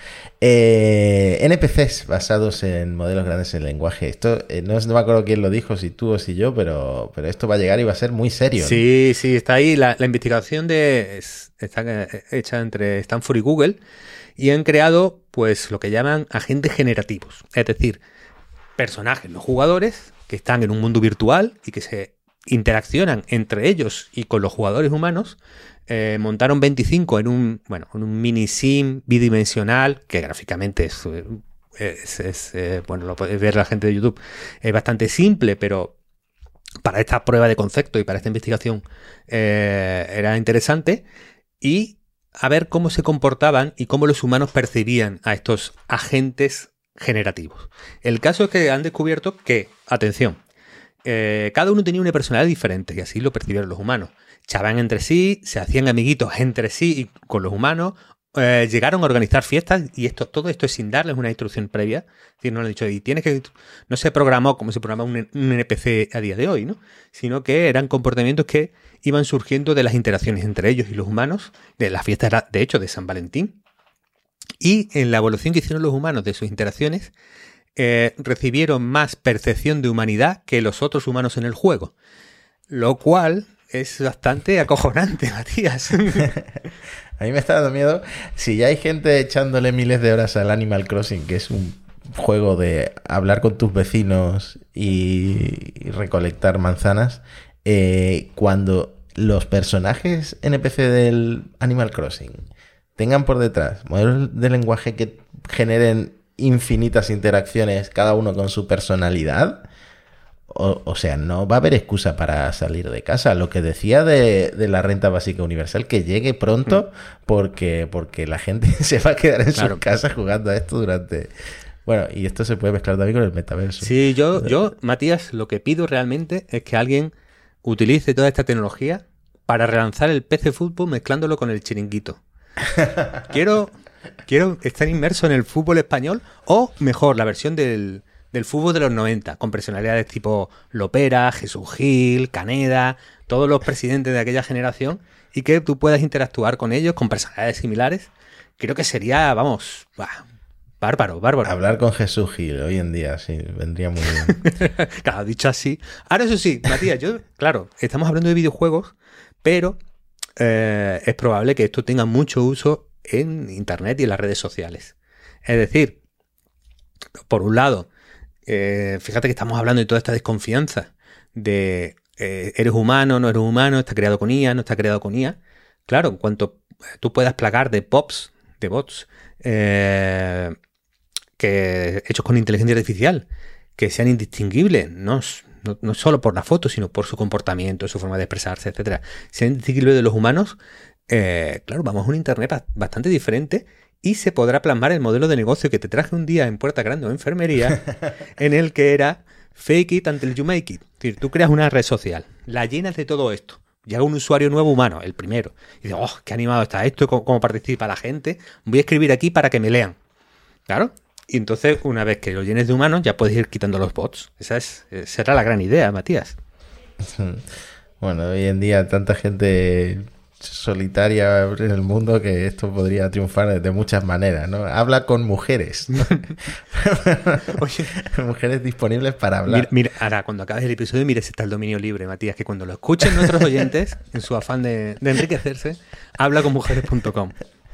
A: NPCs basados en modelos grandes en lenguaje. Esto no me acuerdo quién lo dijo, si tú o si yo, pero esto va a llegar y va a ser muy serio, ¿no?
B: Sí, está ahí. La investigación está hecha entre Stanford y Google. Y han creado, pues, lo que llaman agentes generativos. Es decir, personajes, los jugadores, que están en un mundo virtual y que se interaccionan entre ellos y con los jugadores humanos. Montaron 25 en un mini sim bidimensional, que gráficamente lo podéis ver la gente de YouTube, es bastante simple, pero para esta prueba de concepto y para esta investigación era interesante, y a ver cómo se comportaban y cómo los humanos percibían a estos agentes generativos. El caso es que han descubierto que, atención, cada uno tenía una personalidad diferente y así lo percibieron los humanos. Echaban entre sí, se hacían amiguitos entre sí y con los humanos, llegaron a organizar fiestas, y todo esto es sin darles una instrucción previa. Es decir, no le han dicho, y tienes que. No se programó como se programa un NPC a día de hoy, ¿no? Sino que eran comportamientos que iban surgiendo de las interacciones entre ellos y los humanos, de las fiestas, de hecho, de San Valentín. Y en la evolución que hicieron los humanos de sus interacciones, recibieron más percepción de humanidad que los otros humanos en el juego. Lo cual es bastante acojonante, Matías.
A: A mí me está dando miedo. Si ya hay gente echándole miles de horas al Animal Crossing, que es un juego de hablar con tus vecinos y recolectar manzanas, cuando los personajes NPC del Animal Crossing tengan por detrás modelos de lenguaje que generen infinitas interacciones, cada uno con su personalidad, o sea, no va a haber excusa para salir de casa. Lo que decía de la renta básica universal, que llegue pronto, porque la gente se va a quedar en sus casas jugando a esto durante... Bueno, y esto se puede mezclar también con el metaverso.
B: Sí, yo, Matías, lo que pido realmente es que alguien utilice toda esta tecnología para relanzar el PC Fútbol mezclándolo con el Chiringuito. Quiero estar inmerso en el fútbol español, o mejor, la versión del fútbol de los 90, con personalidades tipo Lopera, Jesús Gil, Caneda, todos los presidentes de aquella generación, y que tú puedas interactuar con ellos con personalidades similares. Creo que sería, vamos, bárbaro.
A: Hablar con Jesús Gil hoy en día, sí, vendría muy bien.
B: Claro, dicho así. Ahora, eso sí, Matías, claro, estamos hablando de videojuegos, pero es probable que esto tenga mucho uso en Internet y en las redes sociales. Es decir, por un lado, fíjate que estamos hablando de toda esta desconfianza de eres humano, no eres humano, está creado con IA, no está creado con IA. Claro, en cuanto tú puedas plagar de bots que hechos con inteligencia artificial, que sean indistinguibles, no solo por la foto, sino por su comportamiento, su forma de expresarse, etcétera, sean indistinguibles de los humanos, claro, vamos a un Internet bastante diferente. Y se podrá plasmar el modelo de negocio que te traje un día en Puerta Grande o Enfermería, en el que era fake it until you make it. Es decir, tú creas una red social, la llenas de todo esto, llega un usuario nuevo humano, el primero, y dices, qué animado está esto, cómo participa la gente, voy a escribir aquí para que me lean. Claro. Y entonces, una vez que lo llenes de humanos, ya puedes ir quitando los bots. Será la gran idea, Matías.
A: Bueno, hoy en día tanta gente solitaria en el mundo que esto podría triunfar de muchas maneras, ¿no? Habla con mujeres, ¿no? Oye, mujeres disponibles para hablar.
B: Mira, ahora, cuando acabes el episodio, mires si está el dominio libre, Matías, que cuando lo escuchen nuestros oyentes, en su afán de enriquecerse, hablaconmujeres.com.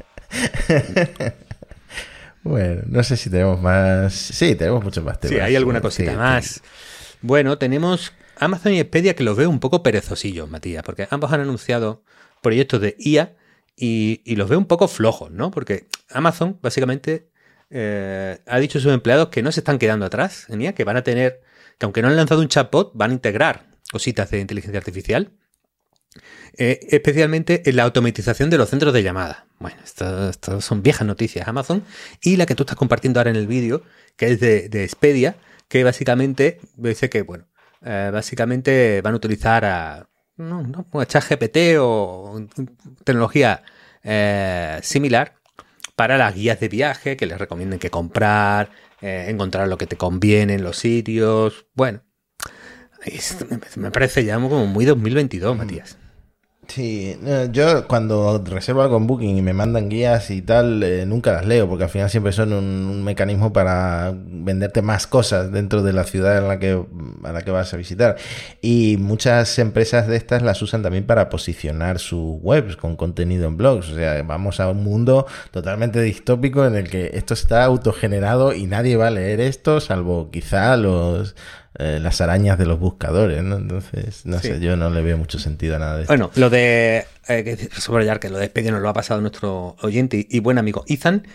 A: Bueno, no sé si tenemos más... Sí, tenemos muchos más temas.
B: Sí, hay alguna cosita más. Bueno, tenemos Amazon y Expedia, que los veo un poco perezosillos, Matías, porque ambos han anunciado proyectos de IA y los veo un poco flojos, ¿no? Porque Amazon, básicamente, ha dicho a sus empleados que no se están quedando atrás en IA, que van a tener, que aunque no han lanzado un chatbot, van a integrar cositas de inteligencia artificial, especialmente en la automatización de los centros de llamada. Bueno, estas son viejas noticias, Amazon. Y la que tú estás compartiendo ahora en el vídeo, que es de Expedia, que básicamente dice que, bueno, básicamente van a utilizar ChatGPT o tecnología similar para las guías de viaje, que les recomienden qué comprar, encontrar lo que te conviene en los sitios. Bueno, me parece ya como muy 2022, Matías.
A: Sí, yo cuando reservo algo en Booking y me mandan guías y tal, nunca las leo, porque al final siempre son un mecanismo para venderte más cosas dentro de la ciudad a la que vas a visitar. Y muchas empresas de estas las usan también para posicionar sus webs con contenido en blogs. O sea, vamos a un mundo totalmente distópico en el que esto está autogenerado y nadie va a leer esto, salvo quizá las arañas de los buscadores, ¿no? Entonces, no sé, yo no le veo mucho sentido a nada de esto.
B: Bueno, lo de subrayar que lo de Expedia nos lo ha pasado nuestro oyente y buen amigo Ethan,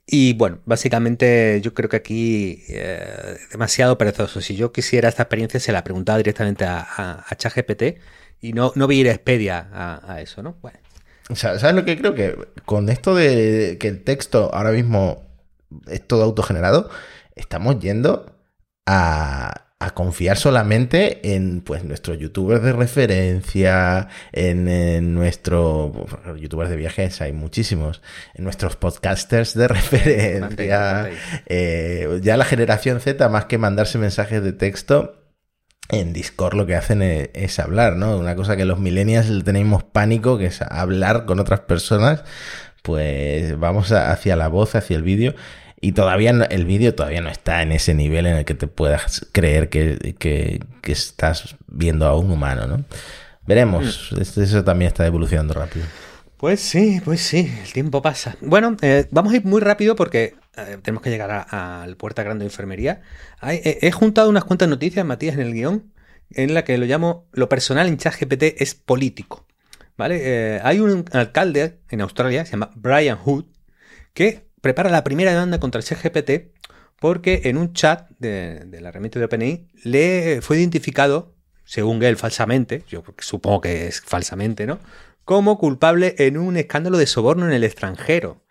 B: Y bueno, básicamente yo creo que aquí demasiado perezoso. Si yo quisiera esta experiencia, se la preguntaba directamente a ChatGPT y no voy a ir a Expedia a eso, ¿no? Bueno.
A: O sea, ¿sabes lo que creo? Que con esto de que el texto ahora mismo es todo autogenerado, estamos yendo a confiar solamente en pues nuestros youtubers de referencia, en nuestro youtubers de viajes hay muchísimos, en nuestros podcasters de referencia, ya la generación Z, más que mandarse mensajes de texto, en Discord lo que hacen es hablar, ¿no? Una cosa que los millennials tenemos pánico, que es hablar con otras personas, pues vamos hacia la voz, hacia el vídeo. Y todavía el vídeo todavía no está en ese nivel en el que te puedas creer que estás viendo a un humano, ¿no? Veremos. Eso también está evolucionando rápido.
B: Pues sí, el tiempo pasa. Bueno, vamos a ir muy rápido porque tenemos que llegar al Puerta Grande de Enfermería. He juntado unas cuantas noticias, Matías, en el guión, en la que lo llamo lo personal en ChatGPT es político. ¿Vale? Hay un alcalde en Australia, se llama Brian Hood, que prepara la primera demanda contra el ChatGPT porque en un chat de la herramienta de OpenAI le fue identificado, según él falsamente, yo supongo que es falsamente, ¿no?, como culpable en un escándalo de soborno en el extranjero.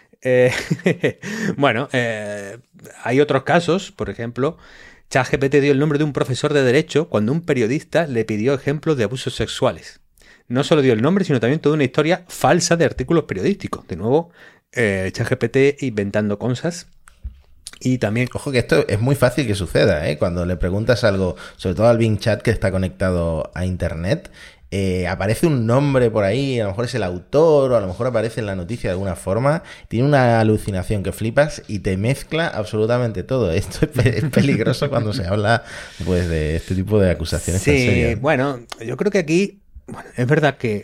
B: Bueno, hay otros casos, por ejemplo, ChatGPT dio el nombre de un profesor de Derecho cuando un periodista le pidió ejemplos de abusos sexuales. No solo dio el nombre, sino también toda una historia falsa de artículos periodísticos. De nuevo, ChatGPT inventando cosas. Y también...
A: Ojo que esto es muy fácil que suceda, ¿eh? Cuando le preguntas algo, sobre todo al Bing Chat que está conectado a Internet, aparece un nombre por ahí, a lo mejor es el autor o a lo mejor aparece en la noticia de alguna forma, tiene una alucinación que flipas y te mezcla absolutamente todo. Esto es peligroso cuando se habla pues de este tipo de acusaciones tan serias.
B: Sí, bueno, yo creo que aquí es verdad que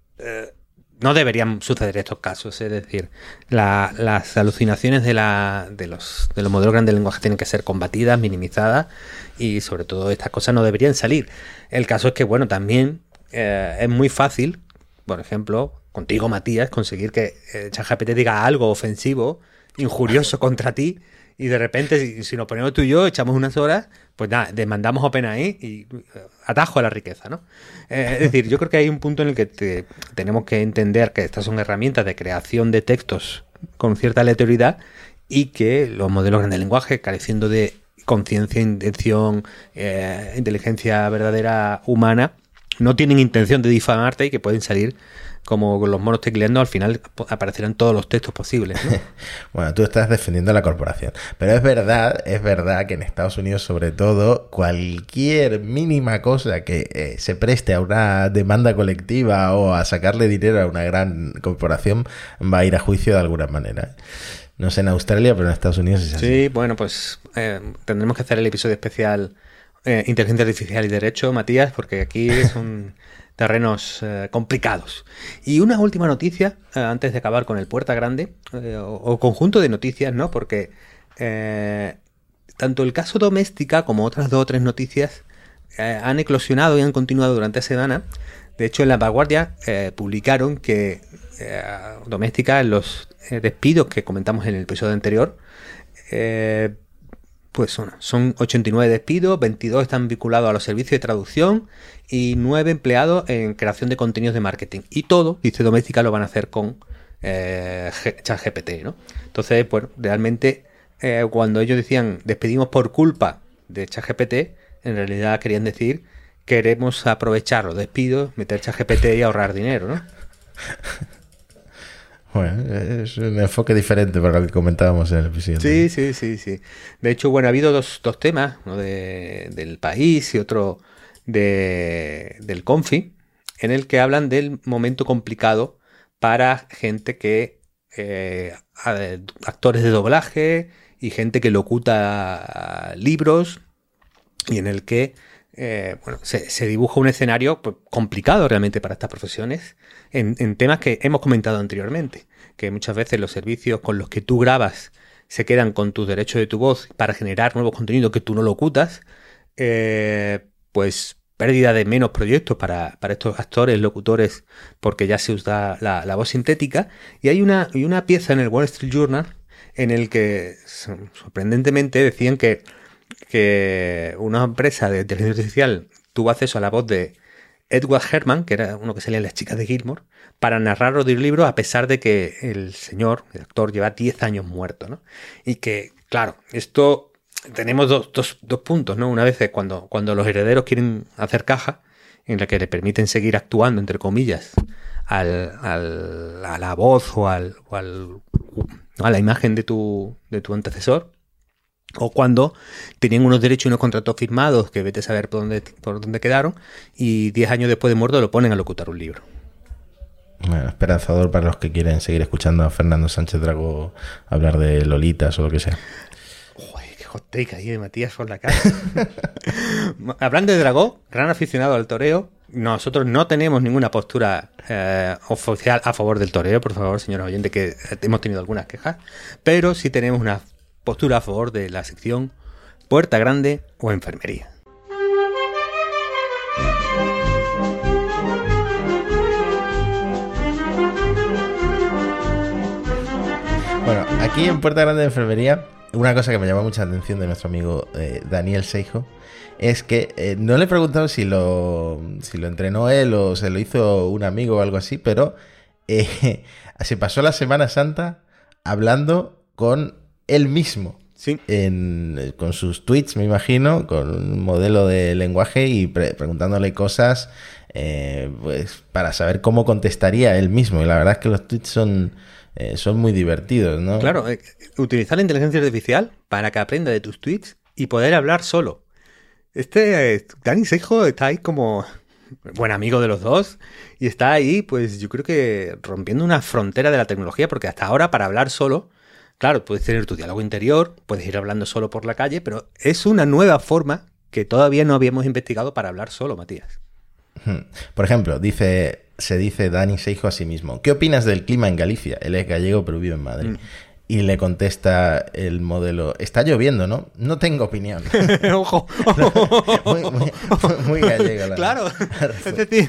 B: no deberían suceder estos casos, es decir, las alucinaciones de los modelos grandes de lenguaje tienen que ser combatidas, minimizadas y sobre todo estas cosas no deberían salir. El caso es que, bueno, también es muy fácil, por ejemplo, contigo, Matías, conseguir que ChatGPT diga algo ofensivo, injurioso contra ti y de repente, si nos ponemos tú y yo, echamos unas horas, pues nada, demandamos OpenAI y atajo a la riqueza, ¿no? Es decir, yo creo que hay un punto en el que tenemos que entender que estas son herramientas de creación de textos con cierta aleatoriedad y que los modelos grandes de lenguaje, careciendo de conciencia, intención, inteligencia verdadera humana, no tienen intención de difamarte y que pueden salir como con los monos tecleando, al final aparecerán todos los textos posibles, ¿no?
A: Bueno, tú estás defendiendo a la corporación, pero es verdad que en Estados Unidos, sobre todo, cualquier mínima cosa que se preste a una demanda colectiva o a sacarle dinero a una gran corporación va a ir a juicio de alguna manera. No sé en Australia, pero en Estados Unidos es así.
B: Sí, bueno, pues tendremos que hacer el episodio especial Inteligencia Artificial y Derecho, Matías, porque aquí son terrenos complicados. Y una última noticia, antes de acabar con el Puerta Grande, o conjunto de noticias, ¿no? Porque tanto el caso Doméstica como otras 2 o 3 noticias han eclosionado y han continuado durante la semana. De hecho, en La Vanguardia publicaron que Doméstica, en los despidos que comentamos en el episodio anterior, pues son 89 despidos, 22 están vinculados a los servicios de traducción y 9 empleados en creación de contenidos de marketing. Y todo, dice Doméstica, lo van a hacer con ChatGPT, ¿no? Entonces, bueno, realmente cuando ellos decían despedimos por culpa de ChatGPT, en realidad querían decir queremos aprovechar los despidos, meter ChatGPT y ahorrar dinero, ¿no?
A: Bueno, es un enfoque diferente para lo que comentábamos en el episodio.
B: Sí. De hecho, bueno, ha habido dos temas, uno del país y otro del Confi, en el que hablan del momento complicado para gente que actores de doblaje y gente que locuta libros y en el que se dibuja un escenario pues, complicado realmente para estas profesiones en temas que hemos comentado anteriormente, que muchas veces los servicios con los que tú grabas se quedan con tus derechos de tu voz para generar nuevos contenidos que tú no locutas, pues pérdida de menos proyectos para estos actores, locutores, porque ya se usa la voz sintética. Y hay una pieza en el Wall Street Journal en el que sorprendentemente decían que una empresa de inteligencia artificial tuvo acceso a la voz de Edward Herman, que era uno que salía en Las chicas de Gilmore, para narrar audiolibros a pesar de que el actor, lleva 10 años muerto, ¿no? Y que, claro, esto tenemos dos puntos, ¿no? Una vez es cuando los herederos quieren hacer caja, en la que le permiten seguir actuando, entre comillas, a la voz o a la imagen de tu antecesor, o cuando tenían unos derechos y unos contratos firmados que vete a saber por dónde quedaron, y 10 años después de muerto lo ponen a locutar un libro.
A: Bueno, esperanzador para los que quieren seguir escuchando a Fernando Sánchez Dragó hablar de lolitas o lo que sea.
B: Uy, qué hot take ahí de Matías por la cara. Hablando de Dragó, gran aficionado al toreo, nosotros no tenemos ninguna postura oficial a favor del toreo, por favor, señores oyentes, que hemos tenido algunas quejas, pero sí tenemos una postura a favor de la sección Puerta Grande o Enfermería.
A: Bueno, aquí en Puerta Grande de Enfermería, una cosa que me llama mucha atención de nuestro amigo Daniel Seijo es que no le he preguntado si lo entrenó él o se lo hizo un amigo o algo así, pero se pasó la Semana Santa hablando con él mismo.
B: Sí.
A: Con sus tweets, me imagino, con un modelo de lenguaje y preguntándole cosas pues para saber cómo contestaría él mismo. Y la verdad es que los tweets son muy divertidos, ¿no?
B: Claro, utilizar la inteligencia artificial para que aprenda de tus tweets y poder hablar solo. Dani Seijo está ahí como buen amigo de los dos y está ahí, pues yo creo que rompiendo una frontera de la tecnología, porque hasta ahora para hablar solo, claro, puedes tener tu diálogo interior, puedes ir hablando solo por la calle, pero es una nueva forma que todavía no habíamos investigado para hablar solo, Matías.
A: Por ejemplo, se dice Dani Seijo a sí mismo: ¿qué opinas del clima en Galicia? Él es gallego pero vive en Madrid. Y le contesta el modelo: está lloviendo, ¿no? No tengo opinión.
B: ¡Ojo!
A: muy gallego.
B: Claro, es decir...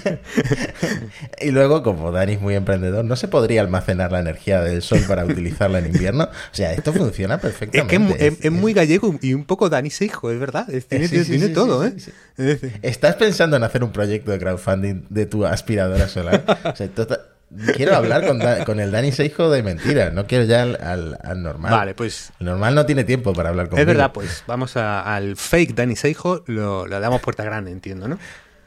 A: Y luego, como Dani es muy emprendedor, ¿no se podría almacenar la energía del sol para utilizarla en invierno? O sea, esto funciona perfectamente.
B: Es que es muy gallego y un poco Dani Seijo, es verdad. Tiene todo, ¿eh?
A: Sí. ¿Estás pensando en hacer un proyecto de crowdfunding de tu aspiradora solar? O sea, quiero hablar con el Dani Seijo de mentiras, no quiero ya al normal.
B: Vale, pues...
A: El normal no tiene tiempo para hablar conmigo.
B: Es verdad, pues vamos al fake Dani Seijo, lo damos puerta grande, entiendo, ¿no?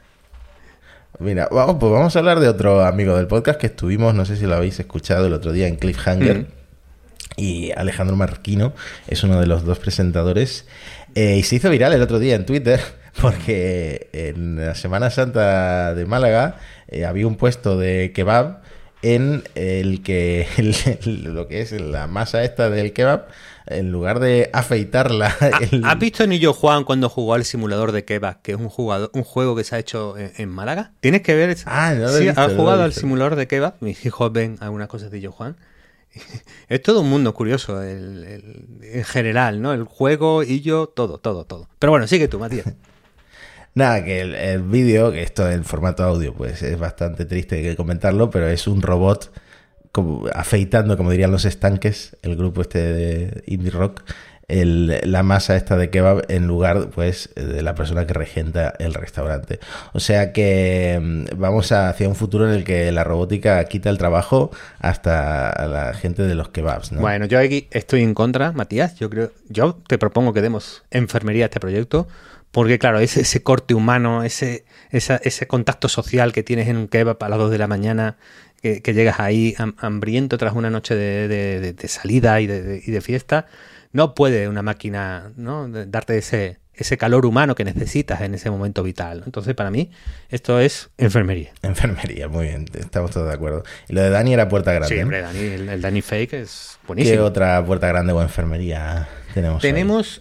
A: Mira, vamos a hablar de otro amigo del podcast que estuvimos, no sé si lo habéis escuchado el otro día en Cliffhanger. Y Alejandro Marquino es uno de los dos presentadores. Y se hizo viral el otro día en Twitter porque en la Semana Santa de Málaga había un puesto de kebab en el que lo que es la masa esta del kebab, en lugar de afeitarla...
B: ¿Has visto Nillo Juan cuando jugó al simulador de kebab, que es un juego que se ha hecho en Málaga? Tienes que ver...
A: No lo he
B: sí,
A: visto,
B: has jugado al simulador de kebab. Mis hijos ven algunas cosas de Nillo Juan. Es todo un mundo curioso en general, ¿no? El juego, todo. Pero bueno, sigue tú, Matías.
A: Nada, que el vídeo, que esto en formato audio, pues es bastante triste que comentarlo, pero es un robot como afeitando, como dirían los estanques, el grupo este de indie rock, la masa esta de kebab en lugar, pues, de la persona que regenta el restaurante. O sea que vamos hacia un futuro en el que la robótica quita el trabajo hasta a la gente de los kebabs, ¿no?
B: Bueno, yo aquí estoy en contra, Matías. Yo te propongo que demos enfermería a este proyecto. Porque, claro, ese corte humano, ese contacto social que tienes en un kebab a las 2 de la mañana, que llegas ahí hambriento tras una noche de salida y de fiesta, no puede una máquina, ¿no?, darte ese calor humano que necesitas en ese momento vital. Entonces, para mí, esto es enfermería.
A: Enfermería, muy bien, estamos todos de acuerdo. Y lo de Dani era puerta grande.
B: Sí, hombre, Dani, el Dani Fake es buenísimo.
A: ¿Qué otra puerta grande o enfermería tenemos?
B: Tenemos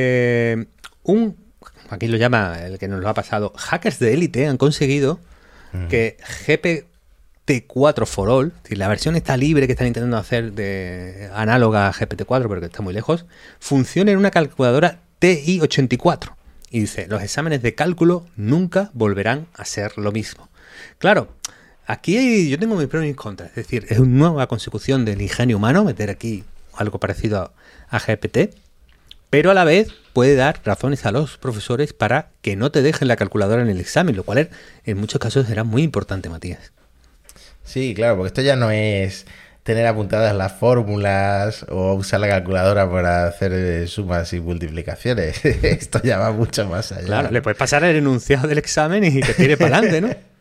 B: aquí lo llama el que nos lo ha pasado, hackers de élite han conseguido que GPT-4 for All, es decir, la versión está libre que están intentando hacer de análoga a GPT-4, pero que está muy lejos, funcione en una calculadora TI-84. Y dice, los exámenes de cálculo nunca volverán a ser lo mismo. Claro, aquí yo tengo mis pros y mis contras, es decir, es una nueva consecución del ingenio humano, meter aquí algo parecido a GPT, pero a la vez puede dar razones a los profesores para que no te dejen la calculadora en el examen, lo cual en muchos casos será muy importante, Matías.
A: Sí, claro, porque esto ya no es tener apuntadas las fórmulas o usar la calculadora para hacer sumas y multiplicaciones. Esto ya va mucho más allá.
B: Claro, le puedes pasar el enunciado del examen y te tire para adelante, ¿no?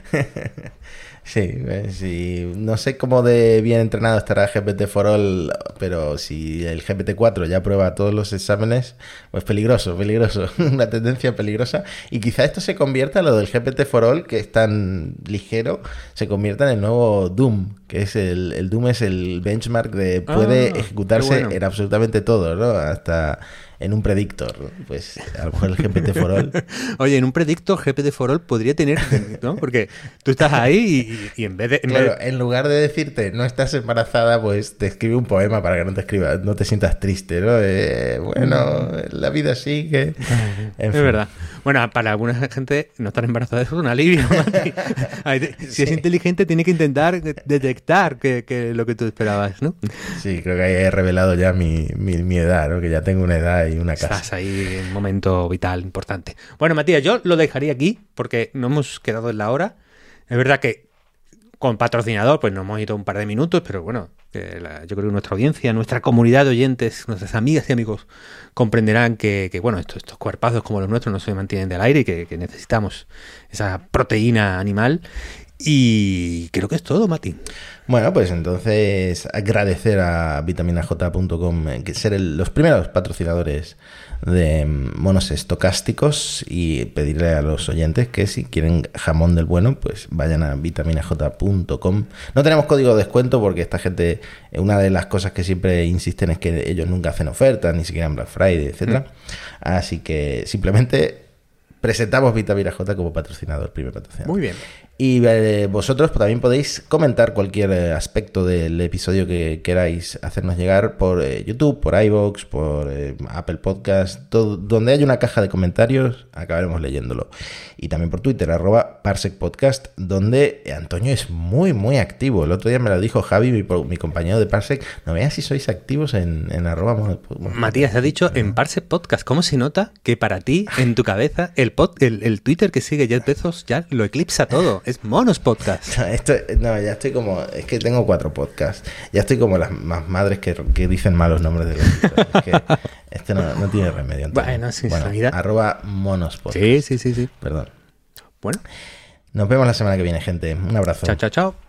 A: Sí, sí, no sé cómo de bien entrenado estará GPT for All, pero si el GPT-4 ya aprueba todos los exámenes, pues peligroso, una tendencia peligrosa. Y quizá esto se convierta, lo del GPT for All, que es tan ligero, se convierta en el nuevo Doom, que es el Doom es el benchmark de puede ejecutarse en absolutamente todo, ¿no? Hasta en un predictor, pues a lo mejor el GPT for All.
B: Oye, en un predictor GPT for All podría tener, ¿no? Porque tú estás ahí y en vez de...
A: En lugar de decirte no estás embarazada, pues te escribe un poema para que no te sientas triste, ¿no? Bueno, la vida sigue.
B: Es verdad. Bueno, para alguna gente no estar embarazada es un alivio, Mati. Si es inteligente tiene que intentar detectar que lo que tú esperabas, ¿no?
A: Sí, creo que ahí he revelado ya mi edad, ¿no? Que ya tengo una edad y una casa.
B: Estás ahí en un momento vital importante. Bueno, Matías, yo lo dejaría aquí porque no hemos quedado en la hora. Es verdad que con patrocinador pues nos hemos ido un par de minutos, pero bueno, yo creo que nuestra audiencia, nuestra comunidad de oyentes, nuestras amigas y amigos comprenderán que bueno, estos cuerpazos como los nuestros no se mantienen del aire y que necesitamos esa proteína animal. Y creo que es todo, Mati.
A: Bueno, pues entonces agradecer a vitaminaj.com que ser los primeros patrocinadores de monos estocásticos y pedirle a los oyentes que si quieren jamón del bueno, pues vayan a vitaminaj.com. No tenemos código de descuento porque esta gente, una de las cosas que siempre insisten es que ellos nunca hacen ofertas, ni siquiera en Black Friday, etcétera. Así que simplemente presentamos Vitamina J como patrocinador, primer patrocinador.
B: Muy bien.
A: Y vosotros también podéis comentar cualquier aspecto del episodio que queráis hacernos llegar por YouTube, por iVoox, por Apple Podcast, todo, donde hay una caja de comentarios, acabaremos leyéndolo. Y también por Twitter, @ParsecPodcast, donde Antonio es muy, muy activo. El otro día me lo dijo Javi, mi compañero de Parsec. No veas si sois activos en
B: Matías, ha dicho en Parsec Podcast. ¿Cómo se nota que para ti, en tu cabeza, el Twitter que sigue Jeff Bezos ya lo eclipsa todo? Es Monos Podcast.
A: Ya estoy como... Es que tengo 4 podcasts. Ya estoy como las madres que dicen malos nombres de los títulos. Es que este no tiene remedio.
B: Bueno, sinceridad.
A: @monospodcast.
B: Sí.
A: Perdón.
B: Bueno.
A: Nos vemos la semana que viene, gente. Un abrazo.
B: Chao.